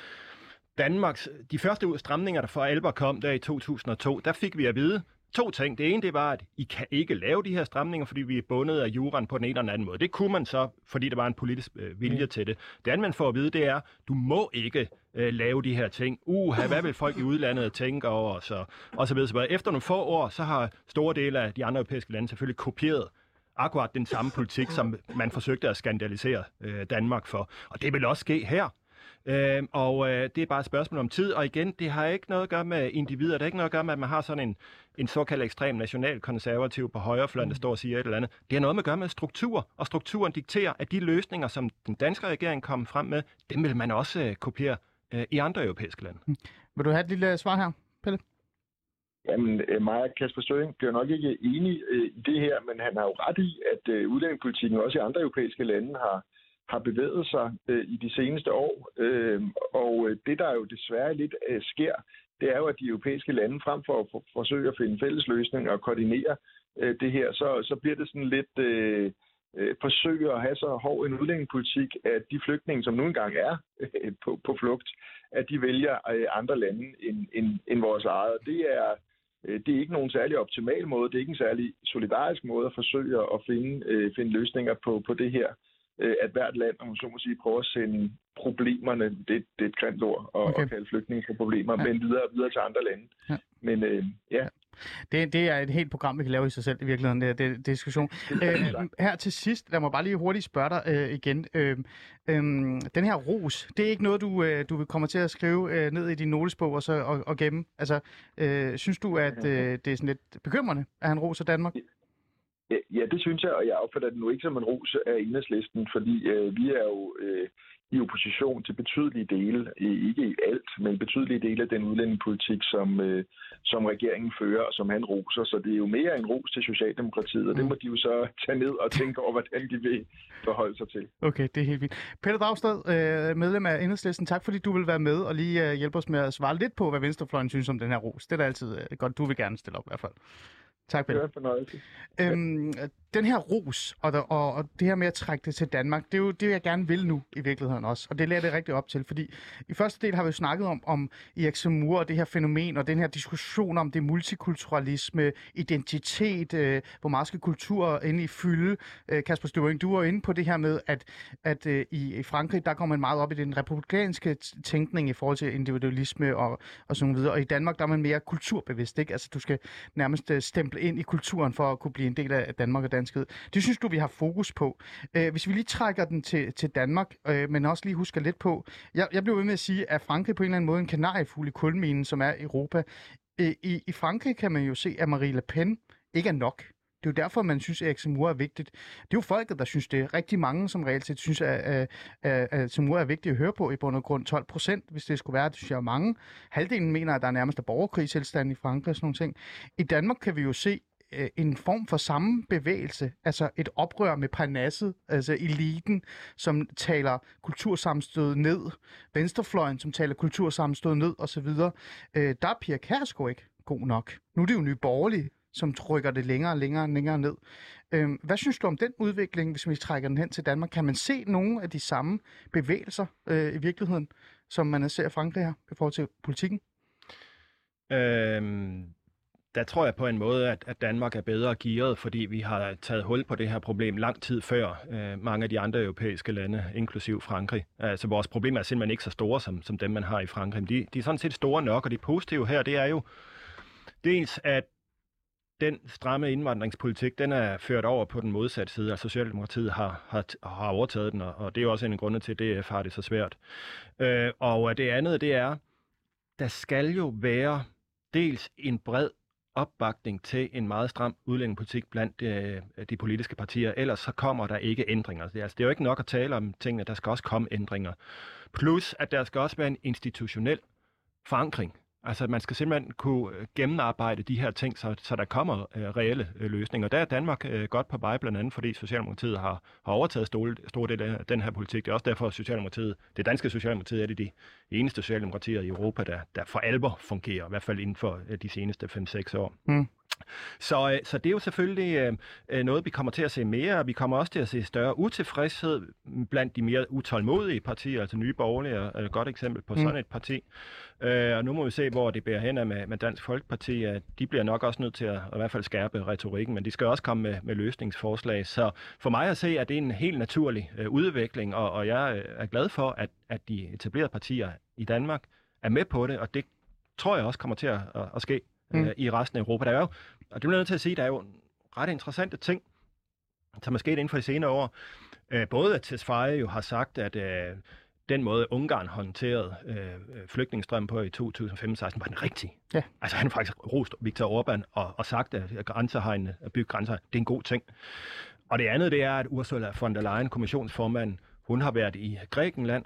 de første stramninger, der for alvor kom der i 2002, der fik vi at vide 2 ting. Det ene, det var, at I kan ikke lave de her stramninger, fordi vi er bundet af juraen på den ene eller den anden måde. Det kunne man så, fordi der var en politisk vilje til det. Det andet, man får at vide, det er, du må ikke lave de her ting. Hvad vil folk i udlandet tænke over? Og så videre. Efter nogle få år, så har store dele af de andre europæiske lande selvfølgelig kopieret akkurat den samme politik, som man forsøgte at skandalisere Danmark for. Og det vil også ske her. Det er bare et spørgsmål om tid, og igen, det har ikke noget at gøre med individer, det har ikke noget at gøre med, at man har sådan en såkaldt ekstrem nationalkonservativ på højrefløjen, der står og siger et eller andet. Det har noget at gøre med struktur, og strukturen dikterer, at de løsninger, som den danske regering kom frem med, dem vil man også kopiere i andre europæiske lande. Vil du have et lille svar her, Pelle? Jamen, mig og Kasper Støen bliver nok ikke enige i det her, men han har jo ret i, at udlændingepolitikken også i andre europæiske lande har bevæget sig i de seneste år. Og det, der jo desværre lidt sker, det er jo, at de europæiske lande frem for at forsøge at finde fælles løsninger og koordinere det her, så bliver det sådan lidt forsøge at have så hård en udlændingepolitik, at de flygtninge, som nu engang er på flugt, at de vælger andre lande end vores eget. Det er ikke nogen særlig optimal måde, det er ikke en særlig solidarisk måde at forsøge at finde løsninger på det her. At hvert land, om man så må sige, prøver at sende problemerne, det er et grimt ord at kalde flygtninge for problemer, men videre til andre lande. Ja. Men Det er et helt program, vi kan lave i sig selv i virkeligheden, det diskussion. Her til sidst, lad mig bare lige hurtigt spørge dig igen. Den her ros, det er ikke noget, du vil komme til at skrive ned i din notesbog og gemme? Altså, synes du, at det er sådan lidt bekymrende, at han roser Danmark? Ja, det synes jeg, og jeg opfatter det nu ikke som en ros af Enhedslisten, fordi vi er jo i opposition til betydelige dele, ikke i alt, men betydelige dele af den udlændingepolitik, som regeringen fører, og som han roser. Så det er jo mere en ros til Socialdemokratiet, og det må de jo så tage ned og tænke over, hvordan de vil forholde sig til. Okay, det er helt fint. Peter Dragsted, medlem af Enhedslisten, tak fordi du vil være med og lige hjælpe os med at svare lidt på, hvad venstrefløjen synes om den her ros. Det er da altid godt, du vil gerne stille op i hvert fald. Tak, Peter. Det er fornøjelse. Den her ros og det her med at trække det til Danmark, det er jo det, jeg gerne vil nu i virkeligheden også. Og det lærer det rigtig op til, fordi i første del har vi jo snakket om Erik Zemmour og det her fænomen og den her diskussion om det multikulturalisme, identitet, hvor meget skal kultur ind i fylde. Kasper Støvring, du var inde på det her med, at i Frankrig, der går man meget op i den republikanske tænkning i forhold til individualisme og sådan videre. Og i Danmark, der er man mere kulturbevidst, ikke? Altså, du skal nærmest stemple ind i kulturen for at kunne blive en del af Danmark og danskhed. Det synes du, vi har fokus på. Hvis vi lige trækker den til Danmark, men også lige husker lidt på, jeg blev ved med at sige, at Frankrig på en eller anden måde en kanariefugl i kulminen, som er Europa. I Frankrig kan man jo se, at Marine Le Pen ikke er nok. Det er jo derfor, man synes, at Erik Zemmour er vigtigt. Det er jo folket, der synes det. Rigtig mange, som reelt set synes, at Zemmour er vigtigt at høre på i bund og grund. 12%, hvis det skulle være, det synes jeg er mange. Halvdelen mener, at der er nærmest borgerkrigstilstand i Frankrig og sådan nogle ting. I Danmark kan vi jo se en form for samme bevægelse, altså et oprør med parnasset, altså eliten, som taler kultursammenstød ned, venstrefløjen, som taler kultursammenstød ned osv. Der er Pia Kjærsgaard ikke god nok. Nu er det jo Nye Borgerlige, som trykker det længere og længere ned. Hvad synes du om den udvikling, hvis vi trækker den hen til Danmark? Kan man se nogle af de samme bevægelser i virkeligheden, som man ser i Frankrig her i forhold til politikken? Der tror jeg på en måde, at Danmark er bedre gearet, fordi vi har taget hul på det her problem lang tid før mange af de andre europæiske lande, inklusiv Frankrig. Altså vores problemer er simpelthen ikke så store som dem, man har i Frankrig. De er sådan set store nok, og det positive her, det er jo dels, at den stramme indvandringspolitik, den er ført over på den modsatte side, altså Socialdemokratiet har overtaget den, og det er jo også en af grundene til, at DF har det så svært. Og det andet, det er, der skal jo være dels en bred opbakning til en meget stram udlændingepolitik blandt de politiske partier, ellers så kommer der ikke ændringer. Det er jo ikke nok at tale om tingene, der skal også komme ændringer. Plus, at der skal også være en institutionel forankring. Altså, man skal simpelthen kunne gennemarbejde de her ting, så der kommer reelle løsninger. Der er Danmark godt på vej, blandt andet fordi Socialdemokratiet har overtaget store del af den her politik. Det er også derfor, det danske Socialdemokratiet er de eneste socialdemokratier i Europa, der for alvor fungerer, i hvert fald inden for de seneste 5-6 år. Så det er jo selvfølgelig noget, vi kommer til at se mere. Vi kommer også til at se større utilfredshed blandt de mere utålmodige partier, altså Nye Borgerlige er et godt eksempel på sådan et parti. Og nu må vi se, hvor det bærer hen med Dansk Folkeparti. De bliver nok også nødt til at i hvert fald skærpe retorikken, men de skal også komme med løsningsforslag. Så for mig at se, at det er en helt naturlig udvikling, og jeg er glad for, at de etablerede partier i Danmark er med på det, og det tror jeg også kommer til at ske i resten af Europa. Der er jo, og det er nødt til at sige, der er jo ret interessante ting, som er sket inden for de senere år. Både at Tesfaye jo har sagt, at den måde Ungarn håndterede flygtningestrøm på i 2015-16 var den rigtige. Ja. Altså han har faktisk rost Viktor Orbán og sagt, at grænsehegnene, at bygge grænsehegnene, det er en god ting. Og det andet, det er, at Ursula von der Leyen, kommissionsformanden, hun har været i Grækenland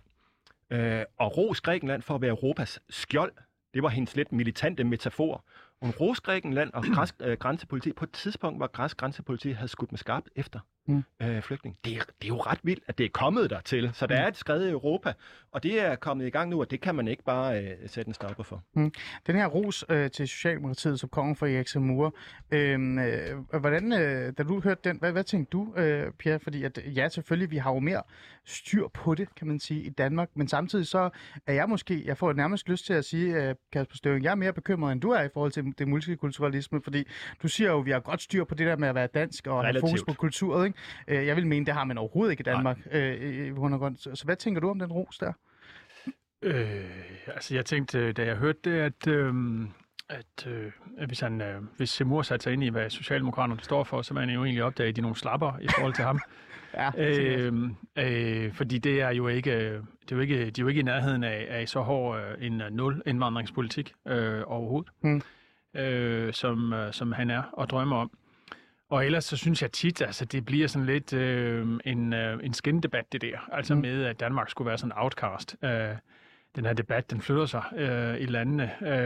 og rost Grækenland for at være Europas skjold. Det var hendes lidt militante metafor. Hun roste Grækenland og græsk grænsepoliti på et tidspunkt, hvor græsk grænsepoliti havde skudt med skarpt efter flygtning. Det er jo ret vildt, at det er kommet dertil. Så der er et skred i Europa, og det er kommet i gang nu, og det kan man ikke bare sætte en stopper for. Den her ros til Socialdemokratiet, som kommer fra Erik Zemmour, hvordan, da du hørte den, hvad tænkte du, Pierre? Fordi at, ja, selvfølgelig, vi har jo mere styr på det, kan man sige, i Danmark, men samtidig så er jeg får nærmest lyst til at sige, Kasper Støvring, jeg er mere bekymret, end du er i forhold til det multikulturalisme, fordi du siger jo, at vi har godt styr på det der med at være dansk og have fokus på kulturet, ikke? Jeg vil mene, det har man overhovedet ikke i Danmark. Så hvad tænker du om den ros der? Altså jeg tænkte, da jeg hørte det, at hvis Zemmour satte sig ind i, hvad Socialdemokraterne står for, så man jo egentlig opdage, at de er nogle slapper i forhold til ham. Fordi det er jo ikke, de er jo ikke i nærheden af så hård en nul indvandringspolitik overhovedet, som han er og drømmer om. Og ellers så synes jeg tit, altså det bliver sådan lidt en skindebat det der, altså med at Danmark skulle være sådan en outcast. Den her debat, den flytter sig i landene.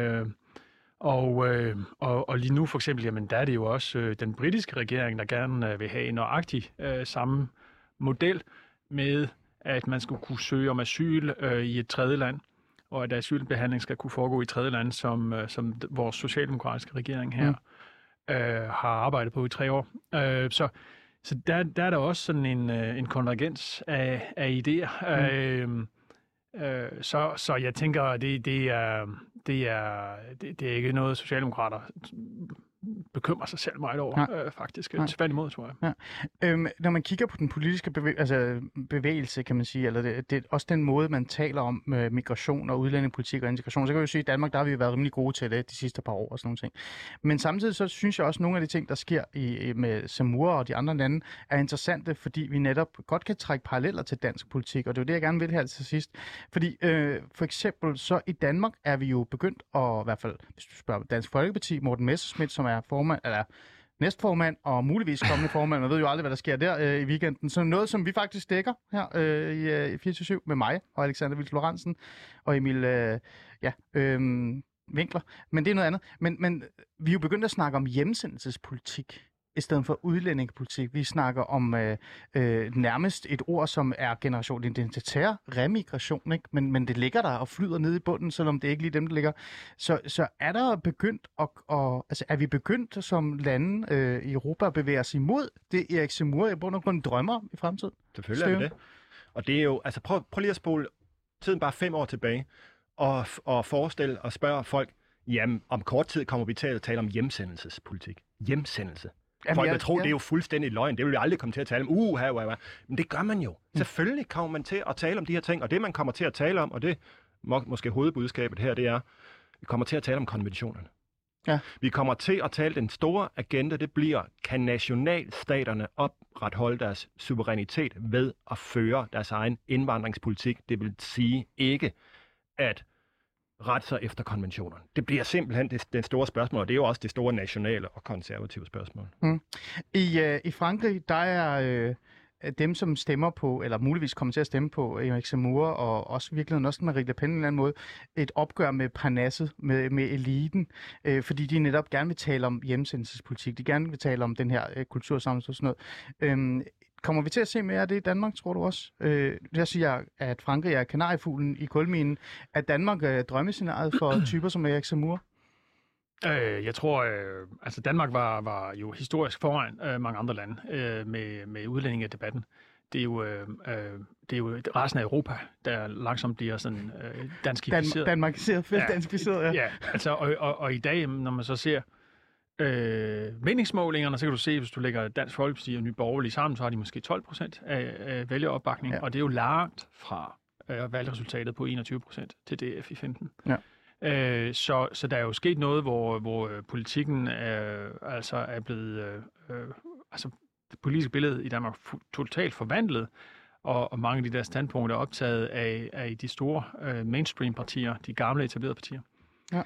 Og lige nu for eksempel, jamen der er det jo også den britiske regering, der gerne vil have nøjagtig samme model med, at man skulle kunne søge om asyl i et tredje land, og at asylbehandling skal kunne foregå i et tredje land, som vores socialdemokratiske regering her har arbejdet på i 3 år. Så der er der også sådan en konvergens af idéer. Så jeg tænker, det er ikke noget, socialdemokrater bekymrer sig selv meget over, faktisk. Tværtimod, tror jeg. Ja. Når man kigger på den politiske bevægelse, kan man sige, eller det er også den måde, man taler om migration og udlændingepolitik og integration, så kan vi jo sige, at i Danmark, der har vi jo været rimelig gode til det de sidste par år og sådan nogle ting. Men samtidig så synes jeg også, at nogle af de ting, der sker med Zemmour og de andre lande, er interessante, fordi vi netop godt kan trække paralleller til dansk politik, og det er jo det, jeg gerne vil her til sidst. Fordi for eksempel så i Danmark er vi jo begyndt, og i hvert fald, hvis du spørger Dansk Folkeparti, Morten Messerschmidt, som er formand, eller næstformand og muligvis kommende formand, man ved jo aldrig, hvad der sker der i weekenden. Så noget, som vi faktisk dækker her i 24/7 med mig og Alexander Vils Lorentzen og Emil Winkler. Men det er noget andet. Men vi er jo begyndt at snakke om hjemsendelsespolitik i stedet for udlændingepolitik. Vi snakker om nærmest et ord, som er generation identitær remigration, ikke? Men det ligger der og flyder ned i bunden, selvom det ikke lige dem, der ligger. Så er der begyndt altså er vi begyndt som lande i Europa at bevæge os imod det, Erik Zemmour i bund og grund drømmer om i fremtiden? Selvfølgelig er det. Og det er jo, altså prøv lige at spole tiden bare 5 år tilbage og forestille og spørge folk, jamen om kort tid kommer vi til at tale om hjemsendelsespolitik. Hjemsendelse. Folk vil tro, det er jo fuldstændig løgn. Det vil vi aldrig komme til at tale om. Men det gør man jo. Selvfølgelig kommer man til at tale om de her ting, og det man kommer til at tale om, og det måske hovedbudskabet her, det er, vi kommer til at tale om konventionerne. Ja. Vi kommer til at tale den store agenda, det bliver, kan nationalstaterne opretholde deres suverænitet ved at føre deres egen indvandringspolitik. Det vil sige ikke, at rette sig efter konventionerne. Det bliver simpelthen det store spørgsmål, og det er jo også det store nationale og konservative spørgsmål. I Frankrig, der er dem, som stemmer på, eller muligvis kommer til at stemme på Erik Zemmour, og også virkelig også Marine Le Pen på en eller anden måde, et opgør med parnasset, med eliten, fordi de netop gerne vil tale om hjemsendelsespolitik. De gerne vil tale om den her kultursammenstød og sådan noget. Kommer vi til at se mere af det i Danmark, tror du også? Jeg siger, at Frankrig er kanariefuglen i kulminen. Er Danmark drømmescenariet for typer som Erik Zemmour? Jeg tror, altså Danmark var jo historisk foran mange andre lande med udlændingedebatten. Det er jo resten af Europa, der langsomt bliver sådan danskificeret. Danskificeret, ja. Altså, og i dag, når man så ser meningsmålingerne, så kan du se, hvis du lægger Dansk Folkeparti og Nye Borgerlige sammen, så har de måske 12% af vælgeropbakning, og det er jo langt fra valgresultatet på 21% til DF i 15. Ja. Så der er jo sket noget, hvor politikken er blevet det politiske billede i Danmark totalt forvandlet, og mange af de der standpunkter er optaget af de store mainstream-partier, de gamle etablerede partier. Ja.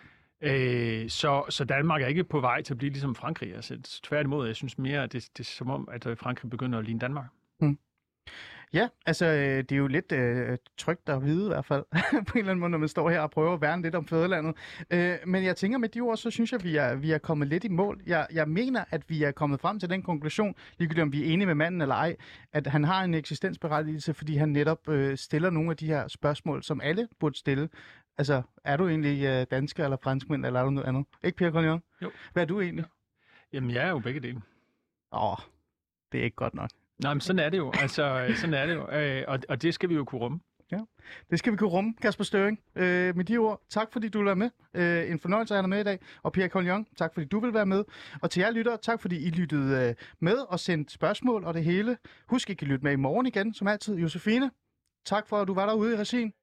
Så Danmark er ikke på vej til at blive ligesom Frankrig. Altså, tværtimod, jeg synes mere, at det er som om, at Frankrig begynder at ligne Danmark. Ja, altså det er jo lidt trygt at vide i hvert fald, på en eller anden måde, når man står her og prøver at værne lidt om fædrelandet. Men jeg tænker med de ord, så synes jeg, at vi er kommet lidt i mål. Jeg mener, at vi er kommet frem til den konklusion, ligegyldigt om vi er enige med manden eller ej, at han har en eksistensberettigelse, fordi han netop stiller nogle af de her spørgsmål, som alle burde stille. Altså, er du egentlig dansker eller franskmænd, eller er du noget andet? Ikke, Pierre Collignon? Jo. Hvad er du egentlig? Jamen, jeg er jo begge dele. Det er ikke godt nok. Nej, men sådan er det jo. Og det skal vi jo kunne rumme. Ja, det skal vi kunne rumme, Kasper Støring. Med de ord, tak fordi du vil være med. En fornøjelse at have dig med i dag. Og Pierre Collignon, tak fordi du vil være med. Og til jer lyttere, tak fordi I lyttede med og sendte spørgsmål og det hele. Husk, I kan lytte med i morgen igen, som altid. Josefine, tak for at du var derude i regien.